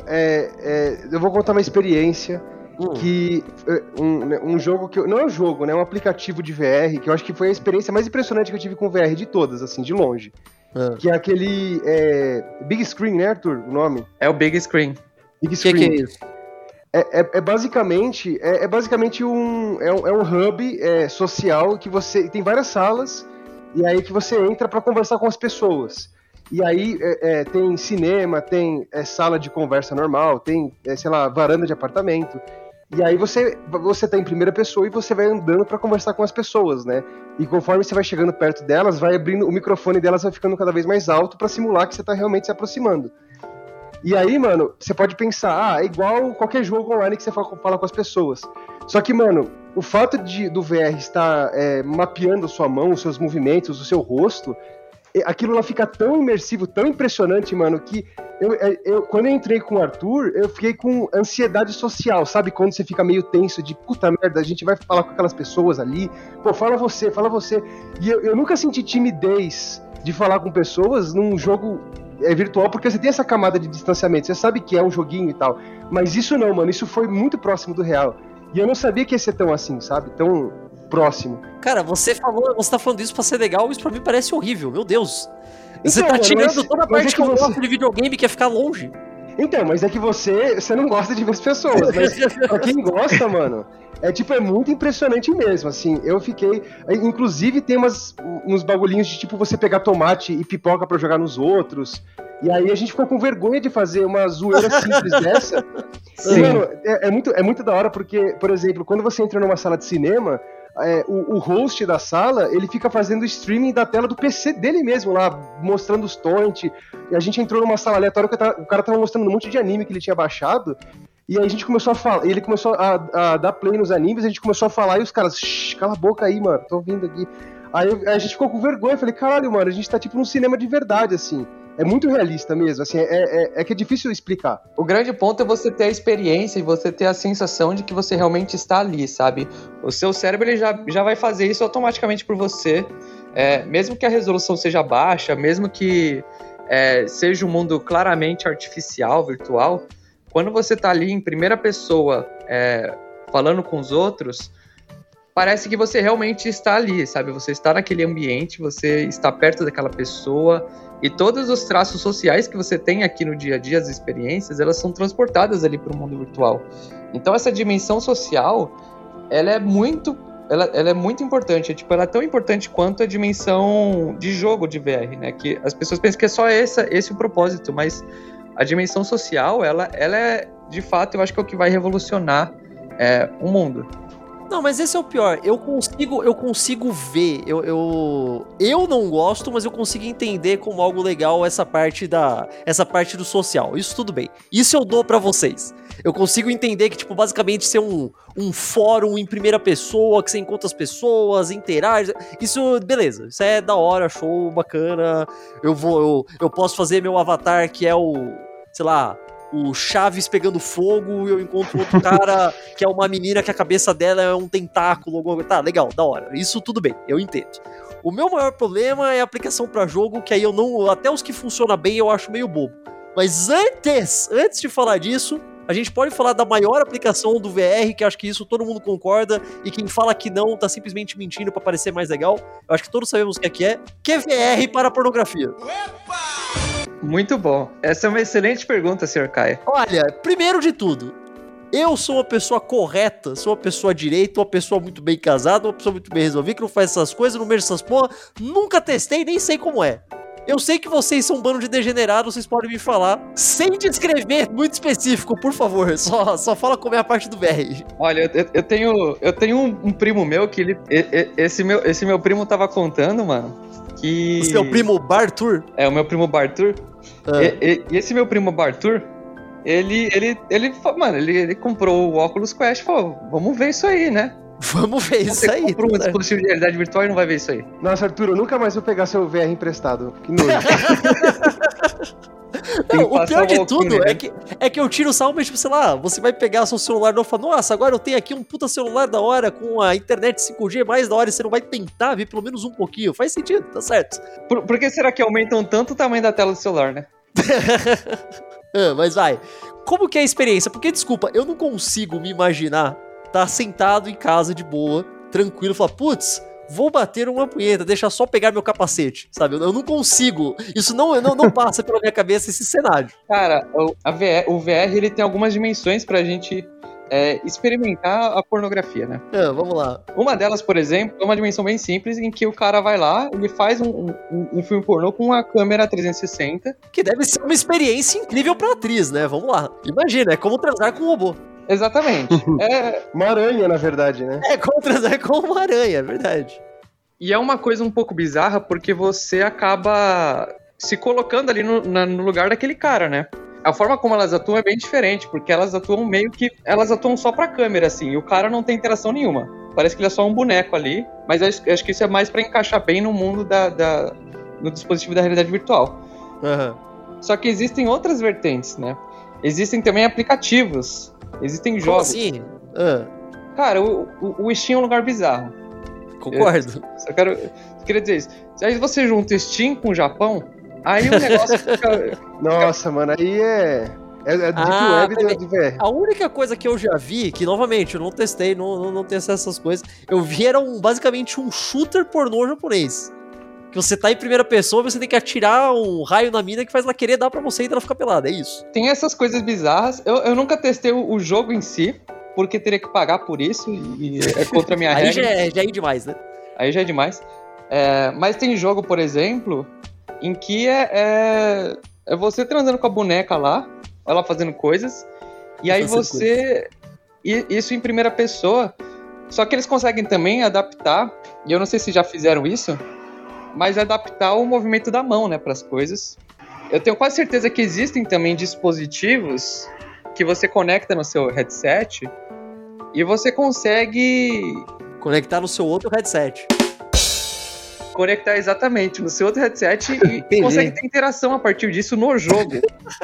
Speaker 3: eu vou contar uma experiência que... Um jogo que... Não é um jogo, né? É um aplicativo de VR, que eu acho que foi a experiência mais impressionante que eu tive com VR de todas, assim, de longe. Que é aquele Big Screen, né, Arthur? O nome?
Speaker 2: É o Big Screen.
Speaker 3: Big Screen.
Speaker 1: Que é isso?
Speaker 3: É basicamente um hub social que você tem várias salas e aí que você entra para conversar com as pessoas. E aí tem cinema, tem sala de conversa normal, tem, sei lá, varanda de apartamento. E aí você tá em primeira pessoa e você vai andando pra conversar com as pessoas, né? E conforme você vai chegando perto delas, vai abrindo, o microfone delas vai ficando cada vez mais alto pra simular que você tá realmente se aproximando. E aí, mano, você pode pensar, é igual qualquer jogo online que você fala com as pessoas. Só que, mano, o fato do VR estar mapeando a sua mão, os seus movimentos, o seu rosto, aquilo lá fica tão imersivo, tão impressionante, mano, que quando eu entrei com o Arthur, eu fiquei com ansiedade social, sabe? Quando você fica meio tenso de, puta merda, a gente vai falar com aquelas pessoas ali, pô, fala você. E eu nunca senti timidez de falar com pessoas num jogo virtual, porque você tem essa camada de distanciamento, você sabe que é um joguinho e tal, mas isso não, mano, isso foi muito próximo do real. E eu não sabia que ia ser tão assim, sabe? Tão próximo.
Speaker 1: Cara, você tá falando isso pra ser legal, isso pra mim parece horrível, meu Deus. Você tá tirando toda a parte que eu gosto de videogame, que é ficar longe.
Speaker 3: Então, mas é que você não gosta de ver as pessoas, mas pra quem gosta, mano, é muito impressionante mesmo, assim, eu fiquei, inclusive tem uns bagulhinhos de tipo você pegar tomate e pipoca pra jogar nos outros, e aí a gente ficou com vergonha de fazer uma zoeira simples dessa. Sim. E, mano, é muito da hora porque, por exemplo, quando você entra numa sala de cinema, o host da sala, ele fica fazendo streaming da tela do PC dele mesmo lá, mostrando os torrent. E a gente entrou numa sala aleatória que o cara tava mostrando um monte de anime que ele tinha baixado. E aí a gente começou a falar, ele começou a dar play nos animes, a gente começou a falar e os caras, cala a boca aí, mano, tô ouvindo aqui. Aí a gente ficou com vergonha, falei, caralho, mano, a gente tá tipo num cinema de verdade, assim. É muito realista mesmo, assim, que é difícil explicar.
Speaker 2: O grande ponto é você ter a experiência e você ter a sensação de que você realmente está ali, sabe? O seu cérebro ele já vai fazer isso automaticamente por você, mesmo que a resolução seja baixa, mesmo que seja um mundo claramente artificial, virtual, quando você está ali em primeira pessoa falando com os outros, parece que você realmente está ali, sabe? Você está naquele ambiente, você está perto daquela pessoa e todos os traços sociais que você tem aqui no dia a dia, as experiências, elas são transportadas ali para o mundo virtual. Então essa dimensão social, ela é muito importante, ela é tão importante quanto a dimensão de jogo de VR, né? Que as pessoas pensam que é só esse o propósito, mas a dimensão social, ela é, de fato, eu acho que é o que vai revolucionar o mundo.
Speaker 1: Não, mas esse é o pior. Eu consigo ver. Eu não gosto, mas eu consigo entender como algo legal essa parte do social. Isso tudo bem. Isso eu dou pra vocês. Eu consigo entender que, tipo, basicamente ser um fórum em primeira pessoa, que você encontra as pessoas, interage. Isso, beleza. Isso é da hora, show, bacana. Eu posso fazer meu avatar que é sei lá, o Chaves pegando fogo e eu encontro outro cara que é uma menina que a cabeça dela é um tentáculo. Tá, legal, da hora. Isso tudo bem, eu entendo. O meu maior problema é a aplicação pra jogo, que aí eu não... Até os que funcionam bem eu acho meio bobo. Mas antes de falar disso, a gente pode falar da maior aplicação do VR, que eu acho que isso todo mundo concorda, e quem fala que não tá simplesmente mentindo pra parecer mais legal. Eu acho que todos sabemos o que é VR para pornografia.
Speaker 2: Muito bom. Essa é uma excelente pergunta, Sr. Caio.
Speaker 1: Olha, primeiro de tudo, Eu sou uma pessoa correta, sou uma pessoa direita, uma pessoa muito bem casada, uma pessoa muito bem resolvida, que não faz essas coisas, não mexe essas porra. Nunca testei, nem sei como é. Eu sei que vocês são um bando de degenerados, vocês podem me falar, sem descrever muito específico, por favor. Só fala como é a parte do VR.
Speaker 2: Olha, eu tenho um primo meu que esse meu primo tava contando, mano, que...
Speaker 1: O seu primo Bartur?
Speaker 2: É, o meu primo Bartur. E esse meu primo Bartur, ele comprou o Oculus Quest e falou, vamos ver isso aí, né?
Speaker 1: Vamos ver isso aí.
Speaker 2: Você comprou um dispositivo de realidade virtual e não vai ver isso aí.
Speaker 3: Nossa, Arthur, eu nunca mais vou pegar seu VR emprestado. Que nojo.
Speaker 1: Não, o pior de tudo é que eu tiro o salmo e, tipo, sei lá, você vai pegar seu celular e fala, nossa, agora eu tenho aqui um puta celular da hora com a internet 5G mais da hora e você não vai tentar ver pelo menos um pouquinho. Faz sentido, tá certo.
Speaker 2: Por que será que aumentam tanto o tamanho da tela do celular, né?
Speaker 1: Mas vai. Como que é a experiência? Porque, desculpa, eu não consigo me imaginar tá sentado em casa de boa, tranquilo, falar, putz, vou bater uma punheta, deixa só pegar meu capacete, sabe? Eu não consigo. Isso não passa pela minha cabeça esse cenário.
Speaker 2: Cara, o VR ele tem algumas dimensões pra gente experimentar a pornografia, né?
Speaker 1: Vamos lá.
Speaker 2: Uma delas, por exemplo, é uma dimensão bem simples em que o cara vai lá, ele faz um filme pornô com uma câmera 360.
Speaker 1: Que deve ser uma experiência incrível pra atriz, né? Vamos lá. Imagina, é como transar com um robô.
Speaker 2: Exatamente.
Speaker 3: Uma aranha, na verdade, né?
Speaker 1: É como transar com uma aranha, é verdade.
Speaker 2: E é uma coisa um pouco bizarra, porque você acaba se colocando ali no lugar daquele cara, né? A forma como elas atuam é bem diferente, porque elas atuam elas atuam só pra câmera, assim, e o cara não tem interação nenhuma. Parece que ele é só um boneco ali, mas acho que isso é mais pra encaixar bem no mundo no dispositivo da realidade virtual.
Speaker 1: Uhum.
Speaker 2: Só que existem outras vertentes, né? Existem também aplicativos, existem jogos.
Speaker 1: Como assim?
Speaker 2: Cara, o Steam é um lugar bizarro.
Speaker 1: Concordo.
Speaker 2: Eu queria dizer isso. Aí você junta o Steam com o Japão, aí o negócio fica...
Speaker 3: Nossa, mano, aí é Deep Web de VR.
Speaker 1: A única coisa que eu já vi, que novamente eu não testei, não tenho acesso a essas coisas, eu vi era basicamente um shooter pornô japonês. Que você tá em primeira pessoa e você tem que atirar um raio na mina que faz ela querer dar pra você e ela ficar pelada, é isso.
Speaker 2: Tem essas coisas bizarras. Eu nunca testei o jogo em si, porque teria que pagar por isso e é contra a minha regra.
Speaker 1: Aí já é demais, né?
Speaker 2: Aí já é demais. Mas tem jogo, por exemplo, em que é você transando com a boneca lá, ela fazendo coisas, e aí você... Isso em primeira pessoa. Só que eles conseguem também adaptar, e eu não sei se já fizeram isso, mas adaptar o movimento da mão, né, pras coisas. Eu tenho quase certeza que existem também dispositivos que você conecta no seu headset e você consegue...
Speaker 1: Conectar no seu outro headset.
Speaker 2: Conectar exatamente no seu outro headset e consegue ter interação a partir disso no jogo.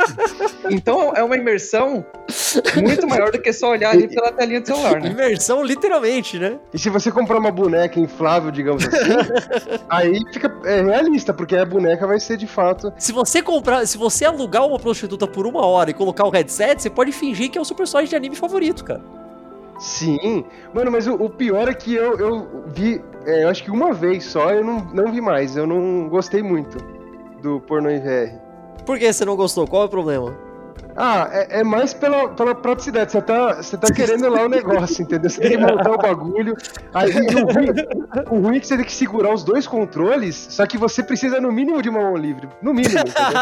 Speaker 2: Então é uma imersão muito maior do que só olhar ali pela telinha do celular, né?
Speaker 1: Imersão literalmente, né?
Speaker 3: E se você comprar uma boneca inflável, digamos assim, aí fica realista, porque a boneca vai ser de fato...
Speaker 1: Se você alugar uma prostituta por 1 hora e colocar o headset, você pode fingir que é o seu personagem de anime favorito, cara.
Speaker 3: Sim, mano, mas o pior é que eu vi, eu acho que uma vez só, eu não vi mais, eu não gostei muito do pornô em VR.
Speaker 1: Por que você não gostou? Qual é o problema?
Speaker 3: É mais pela praticidade, você tá querendo lá o negócio, entendeu? Você tem que montar o bagulho, aí o ruim é que você tem que segurar os 2 controles, só que você precisa no mínimo de uma mão livre, no mínimo,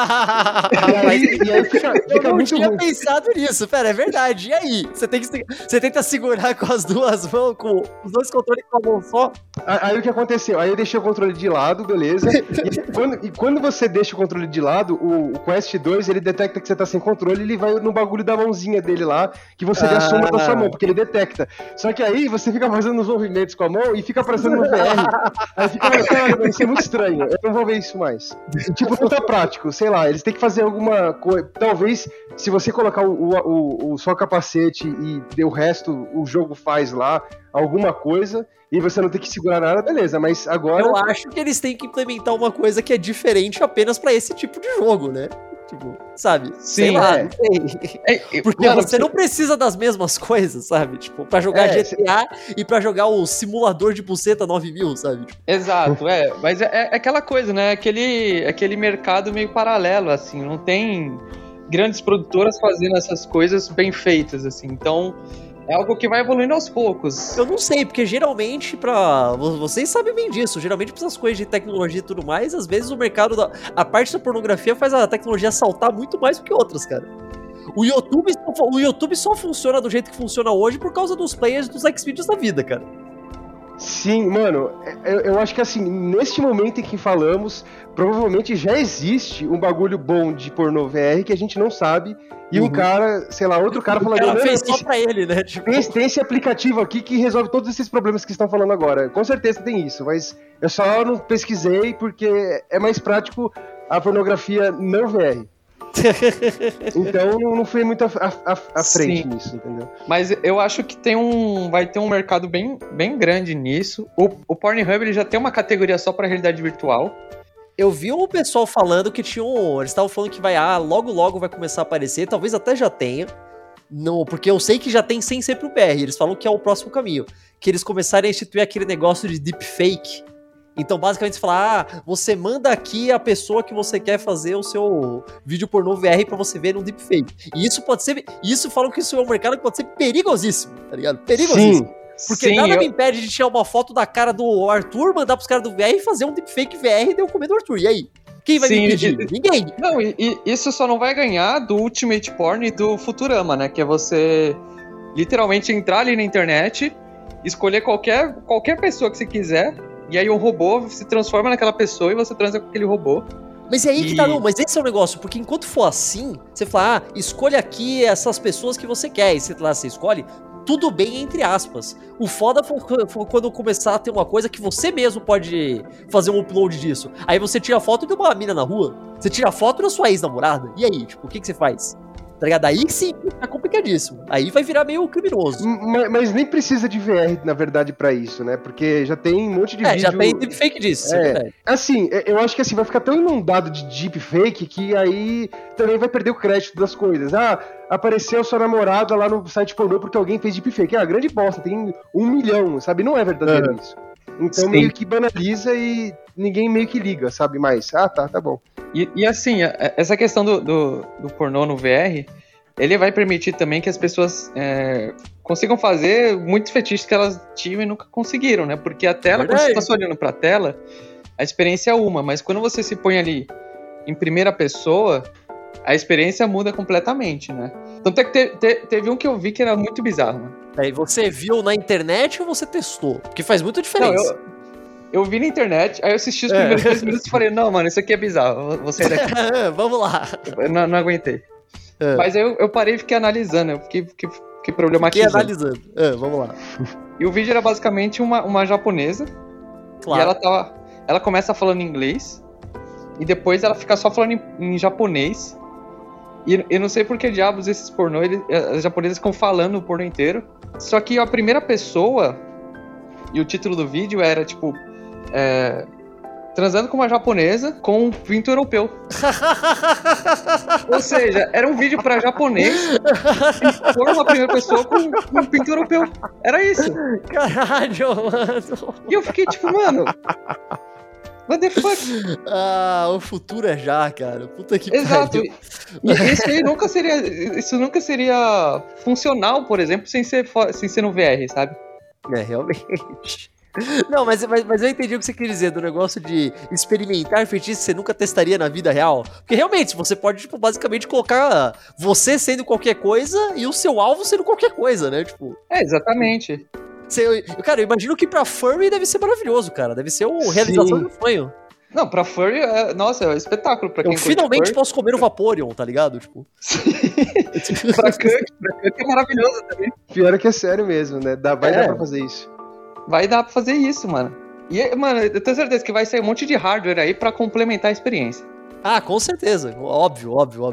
Speaker 3: entendeu? e aí fica
Speaker 1: eu
Speaker 3: muito ruim.
Speaker 1: Eu não tinha pensado nisso, pera, é verdade, e aí? Você tenta segurar com as 2 mãos, com os 2 controles com a mão só?
Speaker 3: Aí o que aconteceu? Aí eu deixei o controle de lado, beleza, e quando você deixa o controle de lado, o Quest 2, ele detecta que você tá sem controle, ele vai no bagulho da mãozinha dele lá, que você vê a sombra da sua mão, porque ele detecta. Só que aí você fica fazendo os movimentos com a mão e fica aparecendo no VR. Aí fica, cara, vai ser muito estranho. Eu não vou ver isso mais. Tipo, não tá prático, sei lá, eles têm que fazer alguma coisa. Talvez, se você colocar o só capacete e o resto, o jogo faz lá, alguma coisa, e você não tem que segurar nada, beleza, mas agora...
Speaker 1: Eu acho que eles têm que implementar uma coisa que é diferente apenas pra esse tipo de jogo, né? Tipo, sabe?
Speaker 2: Sim,
Speaker 1: sei lá, não sei. Porque mano, você não precisa das mesmas coisas, sabe? Tipo, pra jogar GTA e pra jogar o simulador de buceta 9000, sabe? Tipo.
Speaker 2: Exato, mas é aquela coisa, né? Aquele mercado meio paralelo, assim, não tem... grandes produtoras fazendo essas coisas bem feitas, assim. Então, é algo que vai evoluindo aos poucos.
Speaker 1: Eu não sei, porque geralmente vocês sabem bem disso, geralmente pra essas coisas de tecnologia e tudo mais, às vezes o mercado, a parte da pornografia faz a tecnologia saltar muito mais do que outras, cara. O YouTube só funciona do jeito que funciona hoje por causa dos players dos Xvideos da vida, cara.
Speaker 3: Sim, mano, eu acho que assim, neste momento em que falamos, provavelmente já existe um bagulho bom de pornô VR que a gente não sabe, e um cara, sei lá, outro cara falaria...
Speaker 1: O cara fez só pra ele, né? Tipo...
Speaker 3: Tem esse aplicativo aqui que resolve todos esses problemas que estão falando agora. Com certeza tem isso, mas eu só não pesquisei porque é mais prático a pornografia não VR. Então não fui muito à frente nisso, entendeu?
Speaker 2: Mas eu acho que vai ter um mercado bem grande nisso. O Pornhub ele já tem uma categoria só pra realidade virtual.
Speaker 1: Eu vi um pessoal falando que eles estavam falando que logo vai começar a aparecer, talvez até já tenha. Não, porque eu sei que já tem sem ser pro BR, eles falam que é o próximo caminho. Que eles começarem a instituir aquele negócio de deepfake. Então, basicamente, você fala, você manda aqui a pessoa que você quer fazer o seu vídeo pornô VR pra você ver num deepfake. E isso pode ser... Isso falam que isso é um mercado que pode ser perigosíssimo, tá ligado? Perigosíssimo. Sim. Porque nada me impede de tirar uma foto da cara do Arthur, mandar pros caras do VR e fazer um deepfake VR e eu comer do Arthur. E aí? Quem vai me impedir? Ninguém.
Speaker 2: Não, e isso só não vai ganhar do Ultimate Porn e do Futurama, né? Que é você literalmente entrar ali na internet, escolher qualquer pessoa que você quiser... E aí o robô se transforma naquela pessoa e você transa com aquele robô.
Speaker 1: Mas é aí que tá, não, mas esse é o negócio, porque enquanto for assim, você fala, escolha aqui essas pessoas que você quer, e você escolhe, tudo bem entre aspas. O foda foi quando começar a ter uma coisa que você mesmo pode fazer um upload disso. Aí você tira foto de uma mina na rua, você tira foto da sua ex-namorada, e aí, tipo, o que você faz? Tá ligado? Aí sim, tá complicadíssimo. Aí vai virar meio criminoso.
Speaker 3: Mas nem precisa de VR, na verdade, pra isso, né? Porque já tem um monte de vídeo...
Speaker 1: já tem deepfake disso, é verdade.
Speaker 3: Assim, eu acho que assim, vai ficar tão inundado de deepfake que aí também vai perder o crédito das coisas. Apareceu sua namorada lá no site pornô porque alguém fez deepfake. Grande bosta, tem 1 milhão, sabe? Não é verdadeiro isso. Então meio que banaliza e ninguém meio que liga, sabe? Mas, tá bom.
Speaker 2: E assim, essa questão do pornô no VR, ele vai permitir também que as pessoas consigam fazer muitos fetiches que elas tinham e nunca conseguiram, né? Porque a tela, quando você tá só olhando pra tela, a experiência é uma, mas quando você se põe ali em primeira pessoa, a experiência muda completamente, né? Tanto é que teve um que eu vi que era muito bizarro, né?
Speaker 1: Aí você viu na internet ou você testou? Porque faz muita diferença.
Speaker 2: Não, eu vi na internet, aí eu assisti os primeiros 10 minutos e falei, não, mano, isso aqui é bizarro, vou sair daqui.
Speaker 1: Vamos lá.
Speaker 2: Eu não aguentei. Mas aí eu parei e fiquei analisando, eu fiquei problematizando.
Speaker 1: Fiquei analisando, vamos lá.
Speaker 2: E o vídeo era basicamente uma japonesa, claro. E ela começa falando inglês, e depois ela fica só falando em japonês, e eu não sei por que diabos esses pornô, as japonesas ficam falando o pornô inteiro, só que a primeira pessoa, e o título do vídeo era tipo... transando com uma japonesa com um pinto europeu. Ou seja, era um vídeo pra japonês e for uma primeira pessoa com um pinto europeu. Era isso.
Speaker 1: Caralho, mano.
Speaker 2: E eu fiquei tipo, mano... What the fuck?
Speaker 1: O futuro é já, cara. Puta que
Speaker 2: Exato.
Speaker 1: pariu.
Speaker 2: E isso nunca seria funcional, por exemplo, sem ser no VR, sabe?
Speaker 1: Realmente. Não, mas eu entendi o que você quer dizer do negócio de experimentar feitiços que você nunca testaria na vida real. Porque realmente, você pode, tipo, basicamente colocar você sendo qualquer coisa e o seu alvo sendo qualquer coisa, né? Tipo...
Speaker 2: exatamente.
Speaker 1: Cara, eu imagino que pra furry deve ser maravilhoso, cara. Deve ser uma realização do sonho.
Speaker 2: Não, pra furry, nossa, é um espetáculo pra quem
Speaker 1: eu finalmente posso comer o Vaporeon, tá ligado? Tipo...
Speaker 2: pra Kunk é maravilhoso também.
Speaker 3: Pior é que é sério mesmo, né? Vai dar pra fazer isso.
Speaker 2: Vai dar pra fazer isso, mano. E, mano, eu tenho certeza que vai sair um monte de hardware aí pra complementar a experiência.
Speaker 1: Com certeza. Óbvio.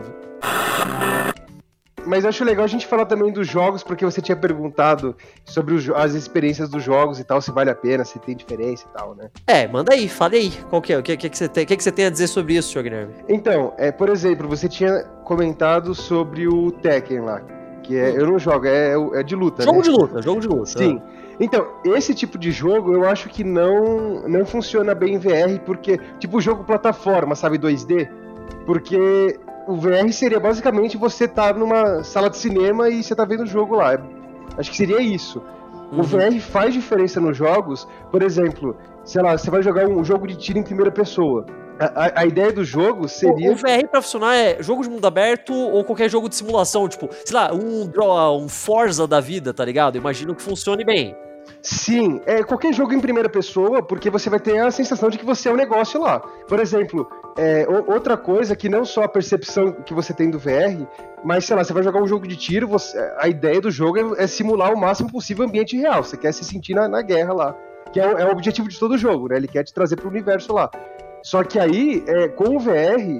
Speaker 3: Mas eu acho legal a gente falar também dos jogos, porque você tinha perguntado sobre as experiências dos jogos e tal, se vale a pena, se tem diferença e tal, né?
Speaker 1: Manda aí, fale aí. Qual que é? O que você tem a dizer sobre isso, Sr. Guilherme?
Speaker 3: Então, por exemplo, você tinha comentado sobre o Tekken lá, que eu não jogo, é de luta,
Speaker 1: jogo
Speaker 3: né?
Speaker 1: Jogo de luta.
Speaker 3: Sim. Então, esse tipo de jogo eu acho que não funciona bem em VR, porque, tipo, jogo plataforma, sabe, 2D? Porque o VR seria basicamente você estar numa sala de cinema e você tá vendo o jogo lá. Acho que seria isso. O VR faz diferença nos jogos. Por exemplo, sei lá, você vai jogar um jogo de tiro em primeira pessoa. A ideia do jogo seria...
Speaker 1: O VR pra funcionar é jogo de mundo aberto ou qualquer jogo de simulação, tipo, sei lá, um Forza da vida, tá ligado? Imagino que funcione bem.
Speaker 3: Sim, qualquer jogo em primeira pessoa, porque você vai ter a sensação de que você é um negócio lá. Por exemplo, outra coisa que não só a percepção que você tem do VR, mas, sei lá, você vai jogar um jogo de tiro, a ideia do jogo é simular o máximo possível o ambiente real. Você quer se sentir na guerra lá, que é o objetivo de todo jogo, né? Ele quer te trazer pro universo lá. Só que aí, com o VR,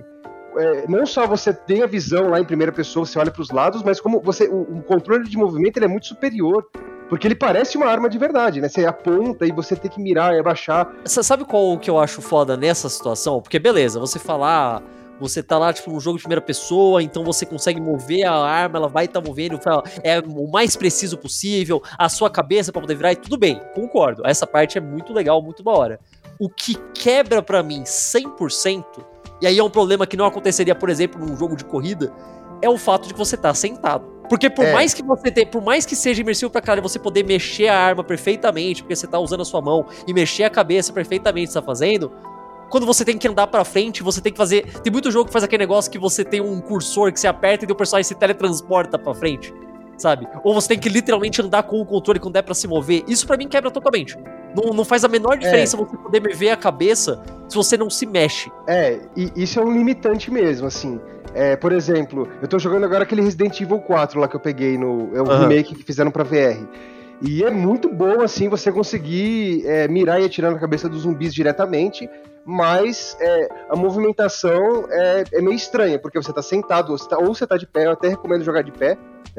Speaker 3: não só você tem a visão lá em primeira pessoa, você olha pros lados, mas como o controle de movimento ele é muito superior. Porque ele parece uma arma de verdade, né? Você aponta e você tem que mirar e abaixar.
Speaker 1: Sabe qual que eu acho foda nessa situação? Porque beleza, você falar, você tá lá, tipo, num jogo de primeira pessoa, então você consegue mover a arma, ela vai estar movendo, é o mais preciso possível, a sua cabeça pra poder virar, e tudo bem, concordo. Essa parte é muito legal, muito da hora. O que quebra pra mim 100%, e aí é um problema que não aconteceria, por exemplo, num jogo de corrida, é o fato de que você tá sentado. Porque por mais que seja imersivo pra caralho, você poder mexer a arma perfeitamente, porque você tá usando a sua mão, e mexer a cabeça perfeitamente, você tá fazendo, quando você tem que andar pra frente, você tem que fazer... Tem muito jogo que faz aquele negócio que você tem um cursor que você aperta e o personagem se teletransporta pra frente, sabe? Ou você tem que literalmente andar com o controle quando é pra se mover. Isso pra mim quebra totalmente. Não faz a menor diferença você poder mover a cabeça se você não se mexe.
Speaker 3: E isso é um limitante mesmo, assim. Por exemplo, eu tô jogando agora aquele Resident Evil 4 lá que eu peguei remake que fizeram pra VR. E é muito bom, assim, você conseguir mirar e atirar na cabeça dos zumbis diretamente, mas a movimentação é meio estranha, porque você tá sentado, ou você tá de pé, eu até recomendo jogar de pé.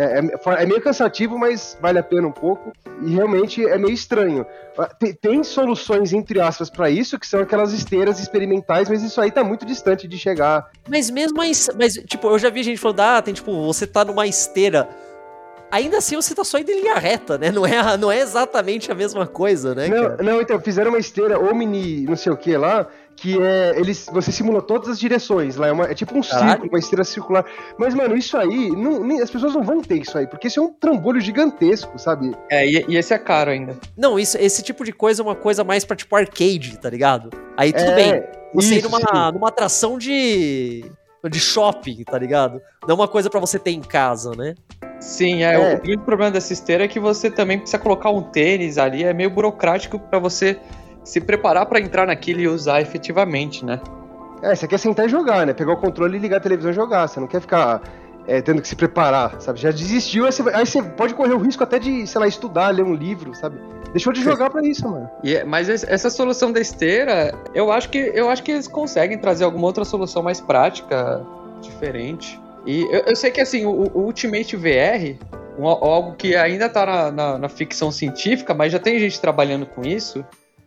Speaker 3: É meio cansativo, mas vale a pena um pouco, e realmente é meio estranho. Tem soluções, entre aspas, pra isso, que são aquelas esteiras experimentais, mas isso aí tá muito distante de chegar.
Speaker 1: Mas mesmo tipo, eu já vi gente falando, tem tipo, você tá numa esteira, ainda assim você tá só indo em linha reta, né? Não é exatamente a mesma coisa, né, cara?
Speaker 3: Não, então, fizeram uma esteira Omni, não sei o que lá, que você simula todas as direções lá, é tipo um círculo, uma esteira circular. Mas, mano, isso aí, as pessoas não vão ter isso aí, porque isso é um trambolho gigantesco, sabe?
Speaker 2: E esse é caro ainda.
Speaker 1: Não, esse tipo de coisa é uma coisa mais pra tipo arcade, tá ligado? Aí tudo bem, você ir numa atração de shopping, tá ligado? Não é uma coisa pra você ter em casa, né?
Speaker 2: Sim, o grande problema dessa esteira é que você também precisa colocar um tênis ali, é meio burocrático pra você se preparar pra entrar naquilo e usar efetivamente, né?
Speaker 3: Você quer sentar e jogar, né? Pegar o controle e ligar a televisão e jogar, você não quer ficar tendo que se preparar, sabe? Já desistiu, aí você pode correr o risco até de, sei lá, estudar, ler um livro, sabe? Deixou de jogar pra isso, mano.
Speaker 2: Mas essa solução da esteira, eu acho que eles conseguem trazer alguma outra solução mais prática, diferente. E eu sei que, assim, o Ultimate VR, algo que ainda tá na ficção científica, mas já tem gente trabalhando com isso,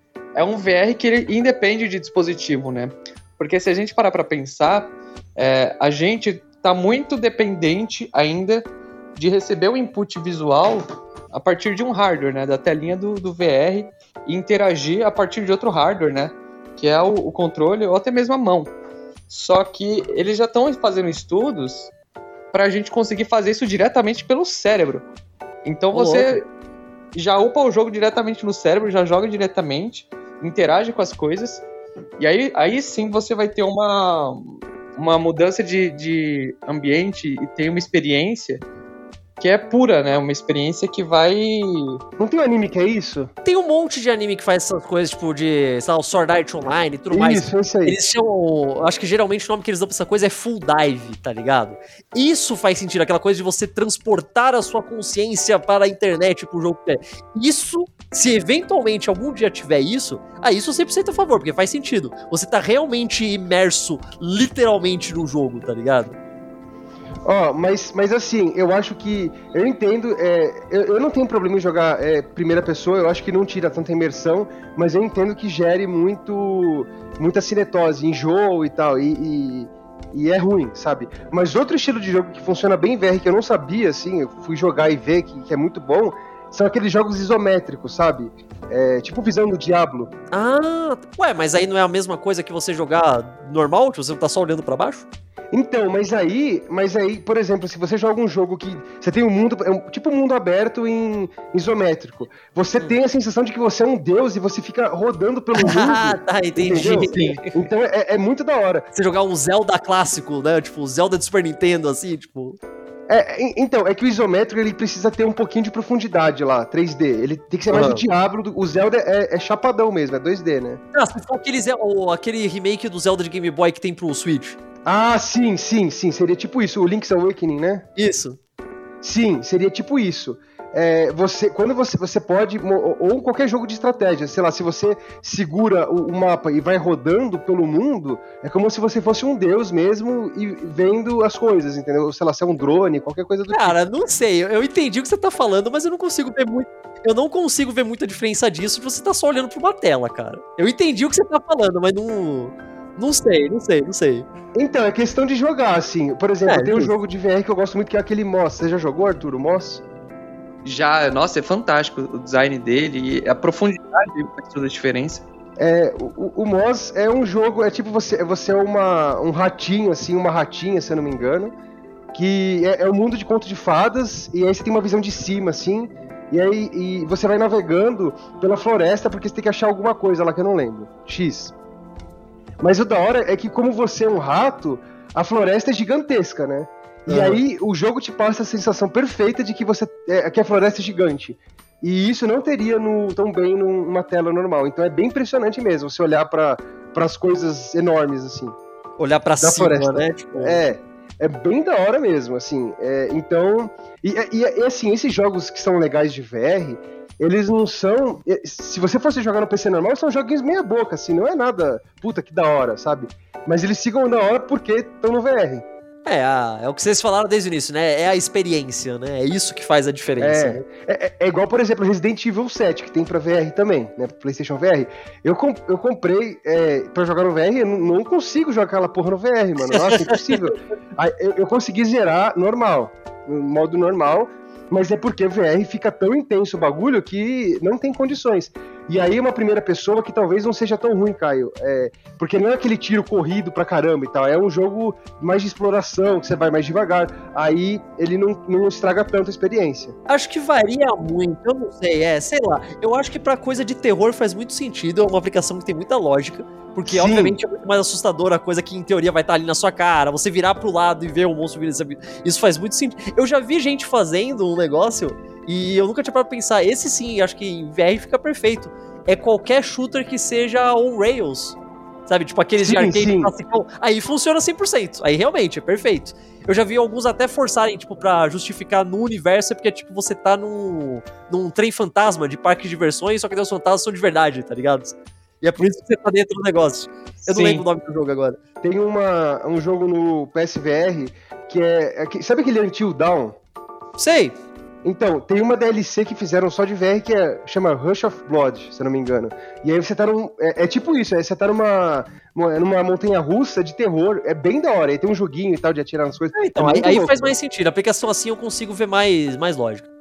Speaker 2: é um VR que ele independe de dispositivo, né? Porque se a gente parar pra pensar, a gente tá muito dependente ainda de receber o input visual a partir de um hardware, né? Da telinha do VR e interagir a partir de outro hardware, né? Que é o controle ou até mesmo a mão. Só que eles já estão fazendo estudos para a gente conseguir fazer isso diretamente pelo cérebro. Então você já upa o jogo diretamente no cérebro, já joga diretamente, interage com as coisas, e aí sim você vai ter uma mudança de ambiente e tem uma experiência que é pura, né? Uma experiência que vai...
Speaker 3: Não tem um anime que é isso?
Speaker 1: Tem um monte de anime que faz essas coisas, tipo de, sei lá, o Sword Art Online e tudo mais.
Speaker 3: Isso aí.
Speaker 1: Eles chamam, acho que geralmente o nome que eles dão pra essa coisa é Full Dive, tá ligado? Isso faz sentido, aquela coisa de você transportar a sua consciência para a internet, pro jogo que é. Isso, se eventualmente algum dia tiver isso, aí isso 100% a favor, porque faz sentido. Você tá realmente imerso, literalmente, no jogo, tá ligado?
Speaker 3: Mas assim, eu acho que... Eu entendo, eu não tenho problema em jogar primeira pessoa, eu acho que não tira tanta imersão, mas eu entendo que gere muita cinetose, enjoo e tal, e é ruim, sabe? Mas outro estilo de jogo que funciona bem VR, que eu não sabia, assim, eu fui jogar e ver que é muito bom, são aqueles jogos isométricos, sabe? Tipo visão do Diablo.
Speaker 1: Ah, ué, mas aí não é a mesma coisa que você jogar normal? Tipo, você não tá só olhando pra baixo?
Speaker 3: Então, mas aí, por exemplo, se você joga um jogo que você tem um mundo, tipo um mundo aberto em isométrico, você tem a sensação de que você é um deus e você fica rodando pelo mundo.
Speaker 1: Ah, tá, entendi.
Speaker 3: Então é muito da hora.
Speaker 1: Você jogar um Zelda clássico, né? Tipo, Zelda de Super Nintendo, assim, tipo...
Speaker 3: Então, é que o isométrico ele precisa ter um pouquinho de profundidade lá, 3D. Ele tem que ser mais o Diablo. O Zelda é chapadão mesmo, é 2D, né?
Speaker 1: Ah, se for aquele remake do Zelda de Game Boy que tem pro Switch.
Speaker 3: Ah, sim. Seria tipo isso, o Link's Awakening, né?
Speaker 1: Isso.
Speaker 3: Sim, seria tipo isso. Quando você pode, ou qualquer jogo de estratégia, sei lá, se você segura o mapa e vai rodando pelo mundo, é como se você fosse um deus mesmo e vendo as coisas, entendeu? Sei lá, se é um drone, qualquer coisa do
Speaker 1: Cara, não sei, eu entendi o que você tá falando, mas eu não consigo ver muita diferença disso, você tá só olhando pra uma tela, cara. Eu entendi o que você tá falando, mas não sei.
Speaker 3: Então, é questão de jogar, assim. Por exemplo, tem um jogo de VR que eu gosto muito, que é aquele Moss. Você já jogou, Arthur, o Moss?
Speaker 2: Já, nossa, é fantástico o design dele e a profundidade faz toda a diferença.
Speaker 3: O Moss é um jogo, é tipo você é um ratinho, assim, uma ratinha, se eu não me engano, que é um mundo de conto de fadas, e aí você tem uma visão de cima, assim, e você vai navegando pela floresta porque você tem que achar alguma coisa lá que eu não lembro. X. Mas o da hora é que, como você é um rato, a floresta é gigantesca, né? E aí o jogo te passa a sensação perfeita de que que a floresta é gigante. E isso não teria tão bem numa tela normal. Então é bem impressionante mesmo, você olhar para as coisas enormes, assim.
Speaker 1: Olhar pra cima, floresta, né? Tipo...
Speaker 3: É bem da hora mesmo, assim. Então, assim, esses jogos que são legais de VR, eles não são... Se você fosse jogar no PC normal, são joguinhos meia boca, assim, não é nada puta que da hora, sabe? Mas eles ficam da hora porque estão no VR.
Speaker 1: É o que vocês falaram desde o início, né? É a experiência, né? É isso que faz a diferença. Né?
Speaker 3: É igual, por exemplo, Resident Evil 7, que tem pra VR também, né? Pra PlayStation VR. Eu comprei pra jogar no VR, eu não consigo jogar aquela porra no VR, mano. Nossa, é impossível. Eu consegui zerar normal, no modo normal, mas é porque o VR fica tão intenso o bagulho que não tem condições. E aí uma primeira pessoa que talvez não seja tão ruim, Caio. Porque não é aquele tiro corrido pra caramba e tal. É um jogo mais de exploração, que você vai mais devagar. Aí ele não estraga tanto a experiência.
Speaker 1: Acho que varia muito, eu não sei, sei lá. Eu acho que pra coisa de terror faz muito sentido. É uma aplicação que tem muita lógica. Porque, sim, obviamente, é muito mais assustadora a coisa que, em teoria, vai estar ali na sua cara. Você virar pro lado e ver o monstro vir. Isso faz muito sentido. Eu já vi gente fazendo um negócio e eu nunca tinha parado pra pensar. Esse sim, acho que em VR fica perfeito. É qualquer shooter que seja on-rails. Sabe? Tipo aqueles de arcade classicão. Aí funciona 100%. Aí realmente é perfeito. Eu já vi alguns até forçarem, tipo, pra justificar no universo, porque, tipo, você tá num trem fantasma de parque de diversões, só que os fantasmas são de verdade, tá ligado? E é por isso que você tá dentro do negócio. Eu não lembro o nome do jogo agora.
Speaker 3: Tem um jogo no PSVR que sabe aquele Until Dawn?
Speaker 1: Sei.
Speaker 3: Então, tem uma DLC que fizeram só de VR que chama Rush of Blood, se eu não me engano. E aí você tá tipo isso, você tá numa montanha russa de terror, é bem da hora. Aí tem um joguinho e tal de atirar nas coisas.
Speaker 1: Então, aí faz mais sentido. A aplicação assim eu consigo ver mais lógica.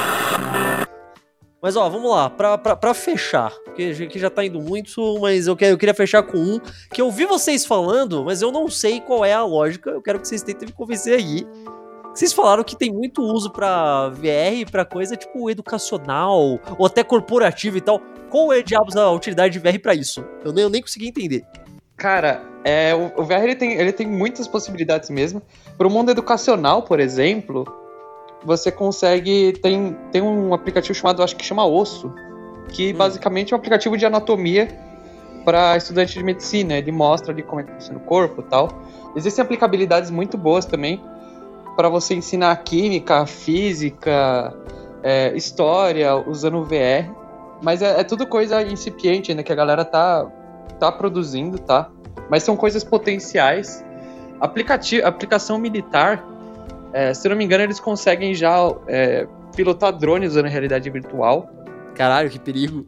Speaker 1: Mas ó, vamos lá, pra fechar, porque aqui já tá indo muito, mas eu queria fechar com um que eu vi vocês falando, mas eu não sei qual é a lógica, eu quero que vocês tentem me convencer aí. Vocês falaram que tem muito uso pra VR, pra coisa tipo educacional, ou até corporativa e tal. Qual é, diabos, a utilidade de VR pra isso? Eu nem consegui entender.
Speaker 2: Cara, o VR ele tem muitas possibilidades mesmo. Pro mundo educacional, por exemplo, você consegue... Tem um aplicativo chamado, acho que chama Osso, que basicamente é um aplicativo de anatomia para estudante de medicina. Ele mostra ali como é que funciona o corpo e tal. Existem aplicabilidades muito boas também para você ensinar química, física, história, usando o VR. Mas é tudo coisa incipiente ainda, que a galera tá produzindo, tá? Mas são coisas potenciais. Aplicação militar, se eu não me engano, eles conseguem já pilotar drones usando realidade virtual.
Speaker 1: Caralho, que perigo.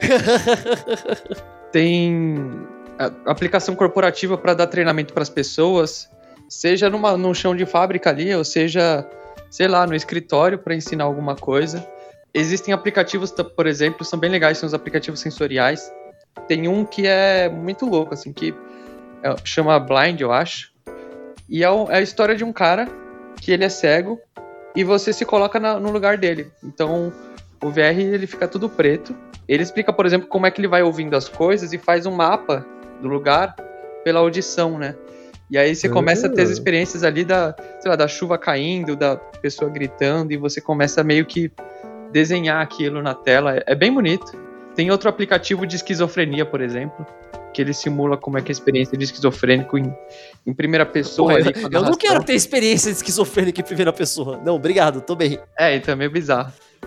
Speaker 2: Tem aplicação corporativa para dar treinamento para as pessoas, seja num chão de fábrica ali, ou seja, sei lá, no escritório para ensinar alguma coisa. existem aplicativos, por exemplo, são bem legais, são os aplicativos sensoriais. Tem um que é muito louco, assim, que chama Blind, eu acho. E é a história de um cara que ele é cego e você se coloca no lugar dele. Então, o VR, ele fica tudo preto. Ele explica, por exemplo, como é que ele vai ouvindo as coisas e faz um mapa do lugar pela audição, né? E aí você começa a ter as experiências ali da chuva caindo, da pessoa gritando, e você começa meio que desenhar aquilo na tela. É bem bonito. Tem outro aplicativo de esquizofrenia, por exemplo, que ele simula como é que é a experiência de esquizofrênico em primeira pessoa.
Speaker 1: Pô, eu não quero ter experiência de esquizofrênica em primeira pessoa. Não, obrigado, tô bem.
Speaker 2: Então é meio bizarro.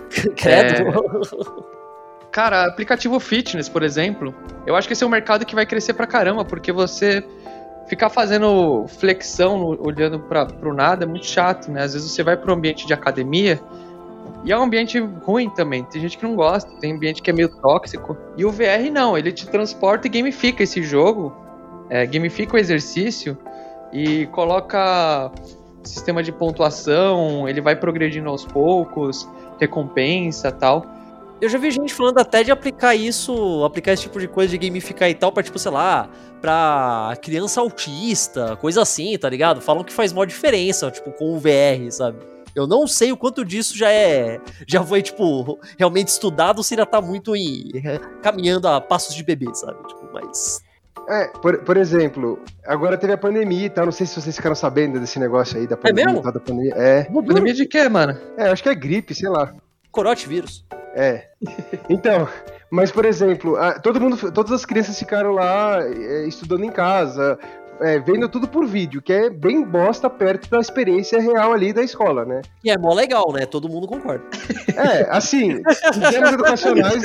Speaker 1: Credo.
Speaker 2: Cara, aplicativo fitness, por exemplo, eu acho que esse é um mercado que vai crescer pra caramba, porque você ficar fazendo flexão, olhando pro nada, é muito chato, né? Às vezes você vai pro ambiente de academia e é um ambiente ruim também. Tem gente que não gosta, tem ambiente que é meio tóxico. E o VR não, ele te transporta e gamifica esse jogo, gamifica o exercício e coloca sistema de pontuação, ele vai progredindo aos poucos, recompensa e tal.
Speaker 1: Eu já vi gente falando até de aplicar esse tipo de coisa de gamificar e tal pra, tipo, sei lá, pra criança autista, coisa assim, tá ligado? Falam que faz maior diferença, tipo, com o VR, sabe? Eu não sei o quanto disso já foi, tipo, realmente estudado, se ainda tá muito caminhando a passos de bebê, sabe? Tipo, mas...
Speaker 3: Por exemplo, agora teve a pandemia e tal, não sei se vocês ficaram sabendo desse negócio aí da pandemia.
Speaker 1: É mesmo?
Speaker 3: Da pandemia.
Speaker 2: Pandemia de quê, mano?
Speaker 3: Acho que é gripe, sei lá.
Speaker 1: Corote vírus.
Speaker 3: Então, mas por exemplo, todas as crianças ficaram lá estudando em casa, vendo tudo por vídeo, que é bem bosta perto da experiência real ali da escola, né?
Speaker 1: E é mó legal, né? Todo mundo concorda.
Speaker 3: Assim, em termos educacionais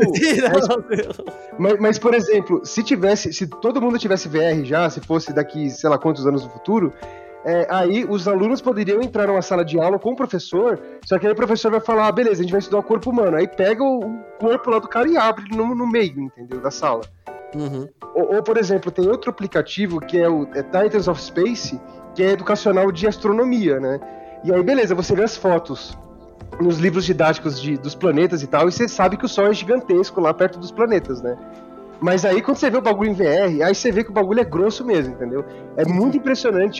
Speaker 3: Mas, por exemplo, se todo mundo tivesse VR já, se fosse daqui, sei lá quantos anos no futuro, aí os alunos poderiam entrar numa sala de aula com o professor, só que aí o professor vai falar, beleza, a gente vai estudar o corpo humano. Aí pega o corpo lá do cara e abre no meio, entendeu? Da sala.
Speaker 1: Uhum.
Speaker 3: Ou, por exemplo, tem outro aplicativo que é o Titans of Space, que é educacional de astronomia, né? E aí, beleza, você vê as fotos nos livros didáticos dos planetas e tal, e você sabe que o Sol é gigantesco lá perto dos planetas, né? Mas aí, quando você vê o bagulho em VR, aí você vê que o bagulho é grosso mesmo, entendeu? É muito impressionante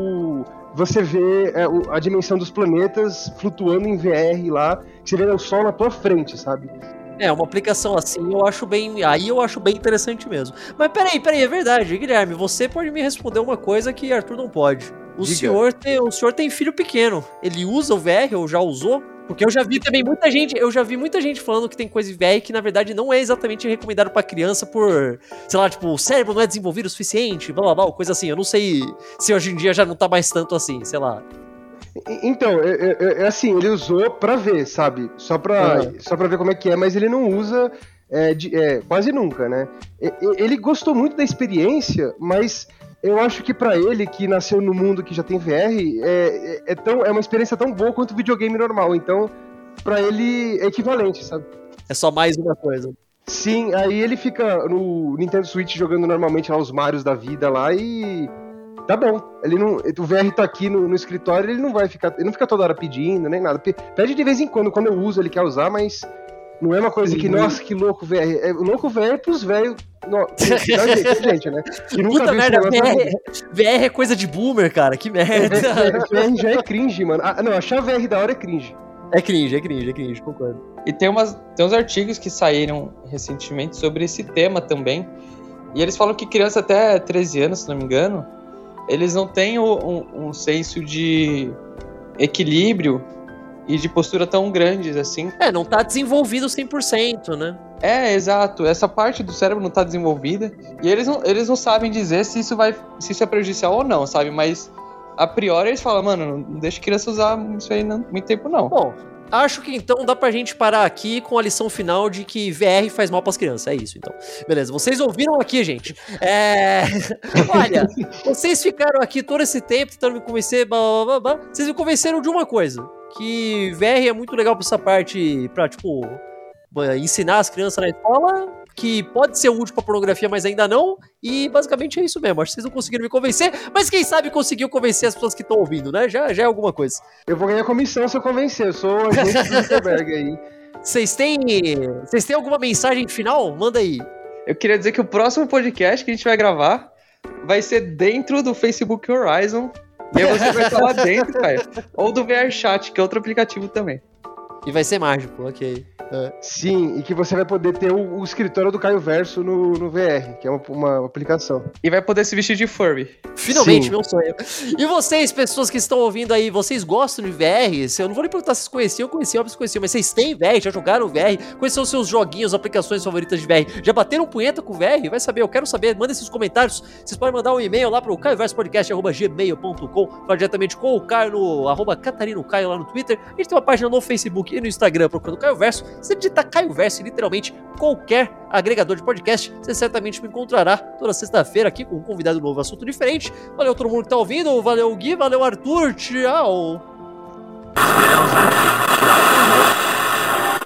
Speaker 3: você ver a dimensão dos planetas flutuando em VR lá, que você vê o Sol na tua frente, sabe?
Speaker 1: Uma aplicação assim eu acho bem interessante mesmo. Mas peraí, é verdade, Guilherme, você pode me responder uma coisa que Arthur não pode. O senhor tem filho pequeno, ele usa o VR ou já usou? Porque eu já vi também muita gente falando que tem coisa de VR que na verdade não é exatamente recomendado pra criança por, sei lá, tipo, o cérebro não é desenvolvido o suficiente, blá blá blá, coisa assim. Eu não sei se hoje em dia já não tá mais tanto assim, sei lá.
Speaker 3: Então, assim, ele usou pra ver, sabe? Só pra ver como é que é, mas ele não usa quase nunca, né? Ele gostou muito da experiência, mas eu acho que pra ele, que nasceu no mundo que já tem VR, é uma experiência tão boa quanto o videogame normal. Então, pra ele é equivalente, sabe?
Speaker 1: É só mais uma coisa.
Speaker 3: Sim, aí ele fica no Nintendo Switch jogando normalmente lá os Marios da vida lá e... Tá bom, o VR tá aqui no escritório, ele não fica toda hora pedindo, nem nada. Pede de vez em quando eu uso, ele quer usar, mas não é uma coisa que, nossa, que louco VR. Louco VR é pros velhos, gente, né? Que nunca viu
Speaker 1: merda, VR é coisa de boomer, cara, que merda.
Speaker 3: VR já é cringe, mano. Não, achar VR da hora é cringe.
Speaker 1: É cringe, concordo.
Speaker 2: E tem uns artigos que saíram recentemente sobre esse tema também, e eles falam que criança até 13 anos, se não me engano, eles não têm um senso de equilíbrio e de postura tão grandes assim.
Speaker 1: Não tá desenvolvido 100%, né?
Speaker 2: Exato. Essa parte do cérebro não tá desenvolvida. E eles não sabem dizer se isso é prejudicial ou não, sabe? Mas, a priori, eles falam, mano, não deixa a criança usar isso aí muito tempo, não.
Speaker 1: Bom, acho que então dá pra gente parar aqui com a lição final de que VR faz mal pras crianças. É isso, então. Beleza, vocês ouviram aqui, gente. Olha, vocês ficaram aqui todo esse tempo tentando me convencer, blá, blá, blá, blá. Vocês me convenceram de uma coisa, que VR é muito legal pra essa parte, pra, tipo, ensinar as crianças na escola, que pode ser útil pra pornografia, mas ainda não, e basicamente é isso mesmo. Acho que vocês não conseguiram me convencer, mas quem sabe conseguiu convencer as pessoas que estão ouvindo, né? Já é alguma coisa.
Speaker 3: Eu vou ganhar comissão se eu convencer, eu sou agente do Zuckerberg aí.
Speaker 1: Vocês têm alguma mensagem final? Manda aí.
Speaker 2: Eu queria dizer que o próximo podcast que a gente vai gravar vai ser dentro do Facebook Horizon. E aí você vai estar lá dentro, cara. Ou do VR Chat, que é outro aplicativo também.
Speaker 1: E vai ser mágico, ok.
Speaker 3: Sim, e que você vai poder ter o escritório do Caio Verso no VR, que é uma aplicação.
Speaker 2: E vai poder se vestir de furry.
Speaker 1: Finalmente,
Speaker 3: Sim.
Speaker 1: meu sonho. E vocês, pessoas que estão ouvindo aí, vocês gostam de VR? Eu não vou nem perguntar se vocês conheciam, mas vocês têm VR? Já jogaram VR? Quais são os seus joguinhos, aplicações favoritas de VR? Já bateram punheta com VR? Vai saber, eu quero saber. Manda esses comentários. Vocês podem mandar um e-mail lá pro caioverspodcast@gmail.com, falar diretamente com o Caio no @catarinocaio lá no Twitter. A gente tem uma página no Facebook e no Instagram procurando Caio Verso. Se digitar Caio Verso em literalmente qualquer agregador de podcast, você certamente me encontrará toda sexta-feira aqui com um convidado novo, assunto diferente. Valeu todo mundo que tá ouvindo, valeu Gui, valeu Arthur, tchau!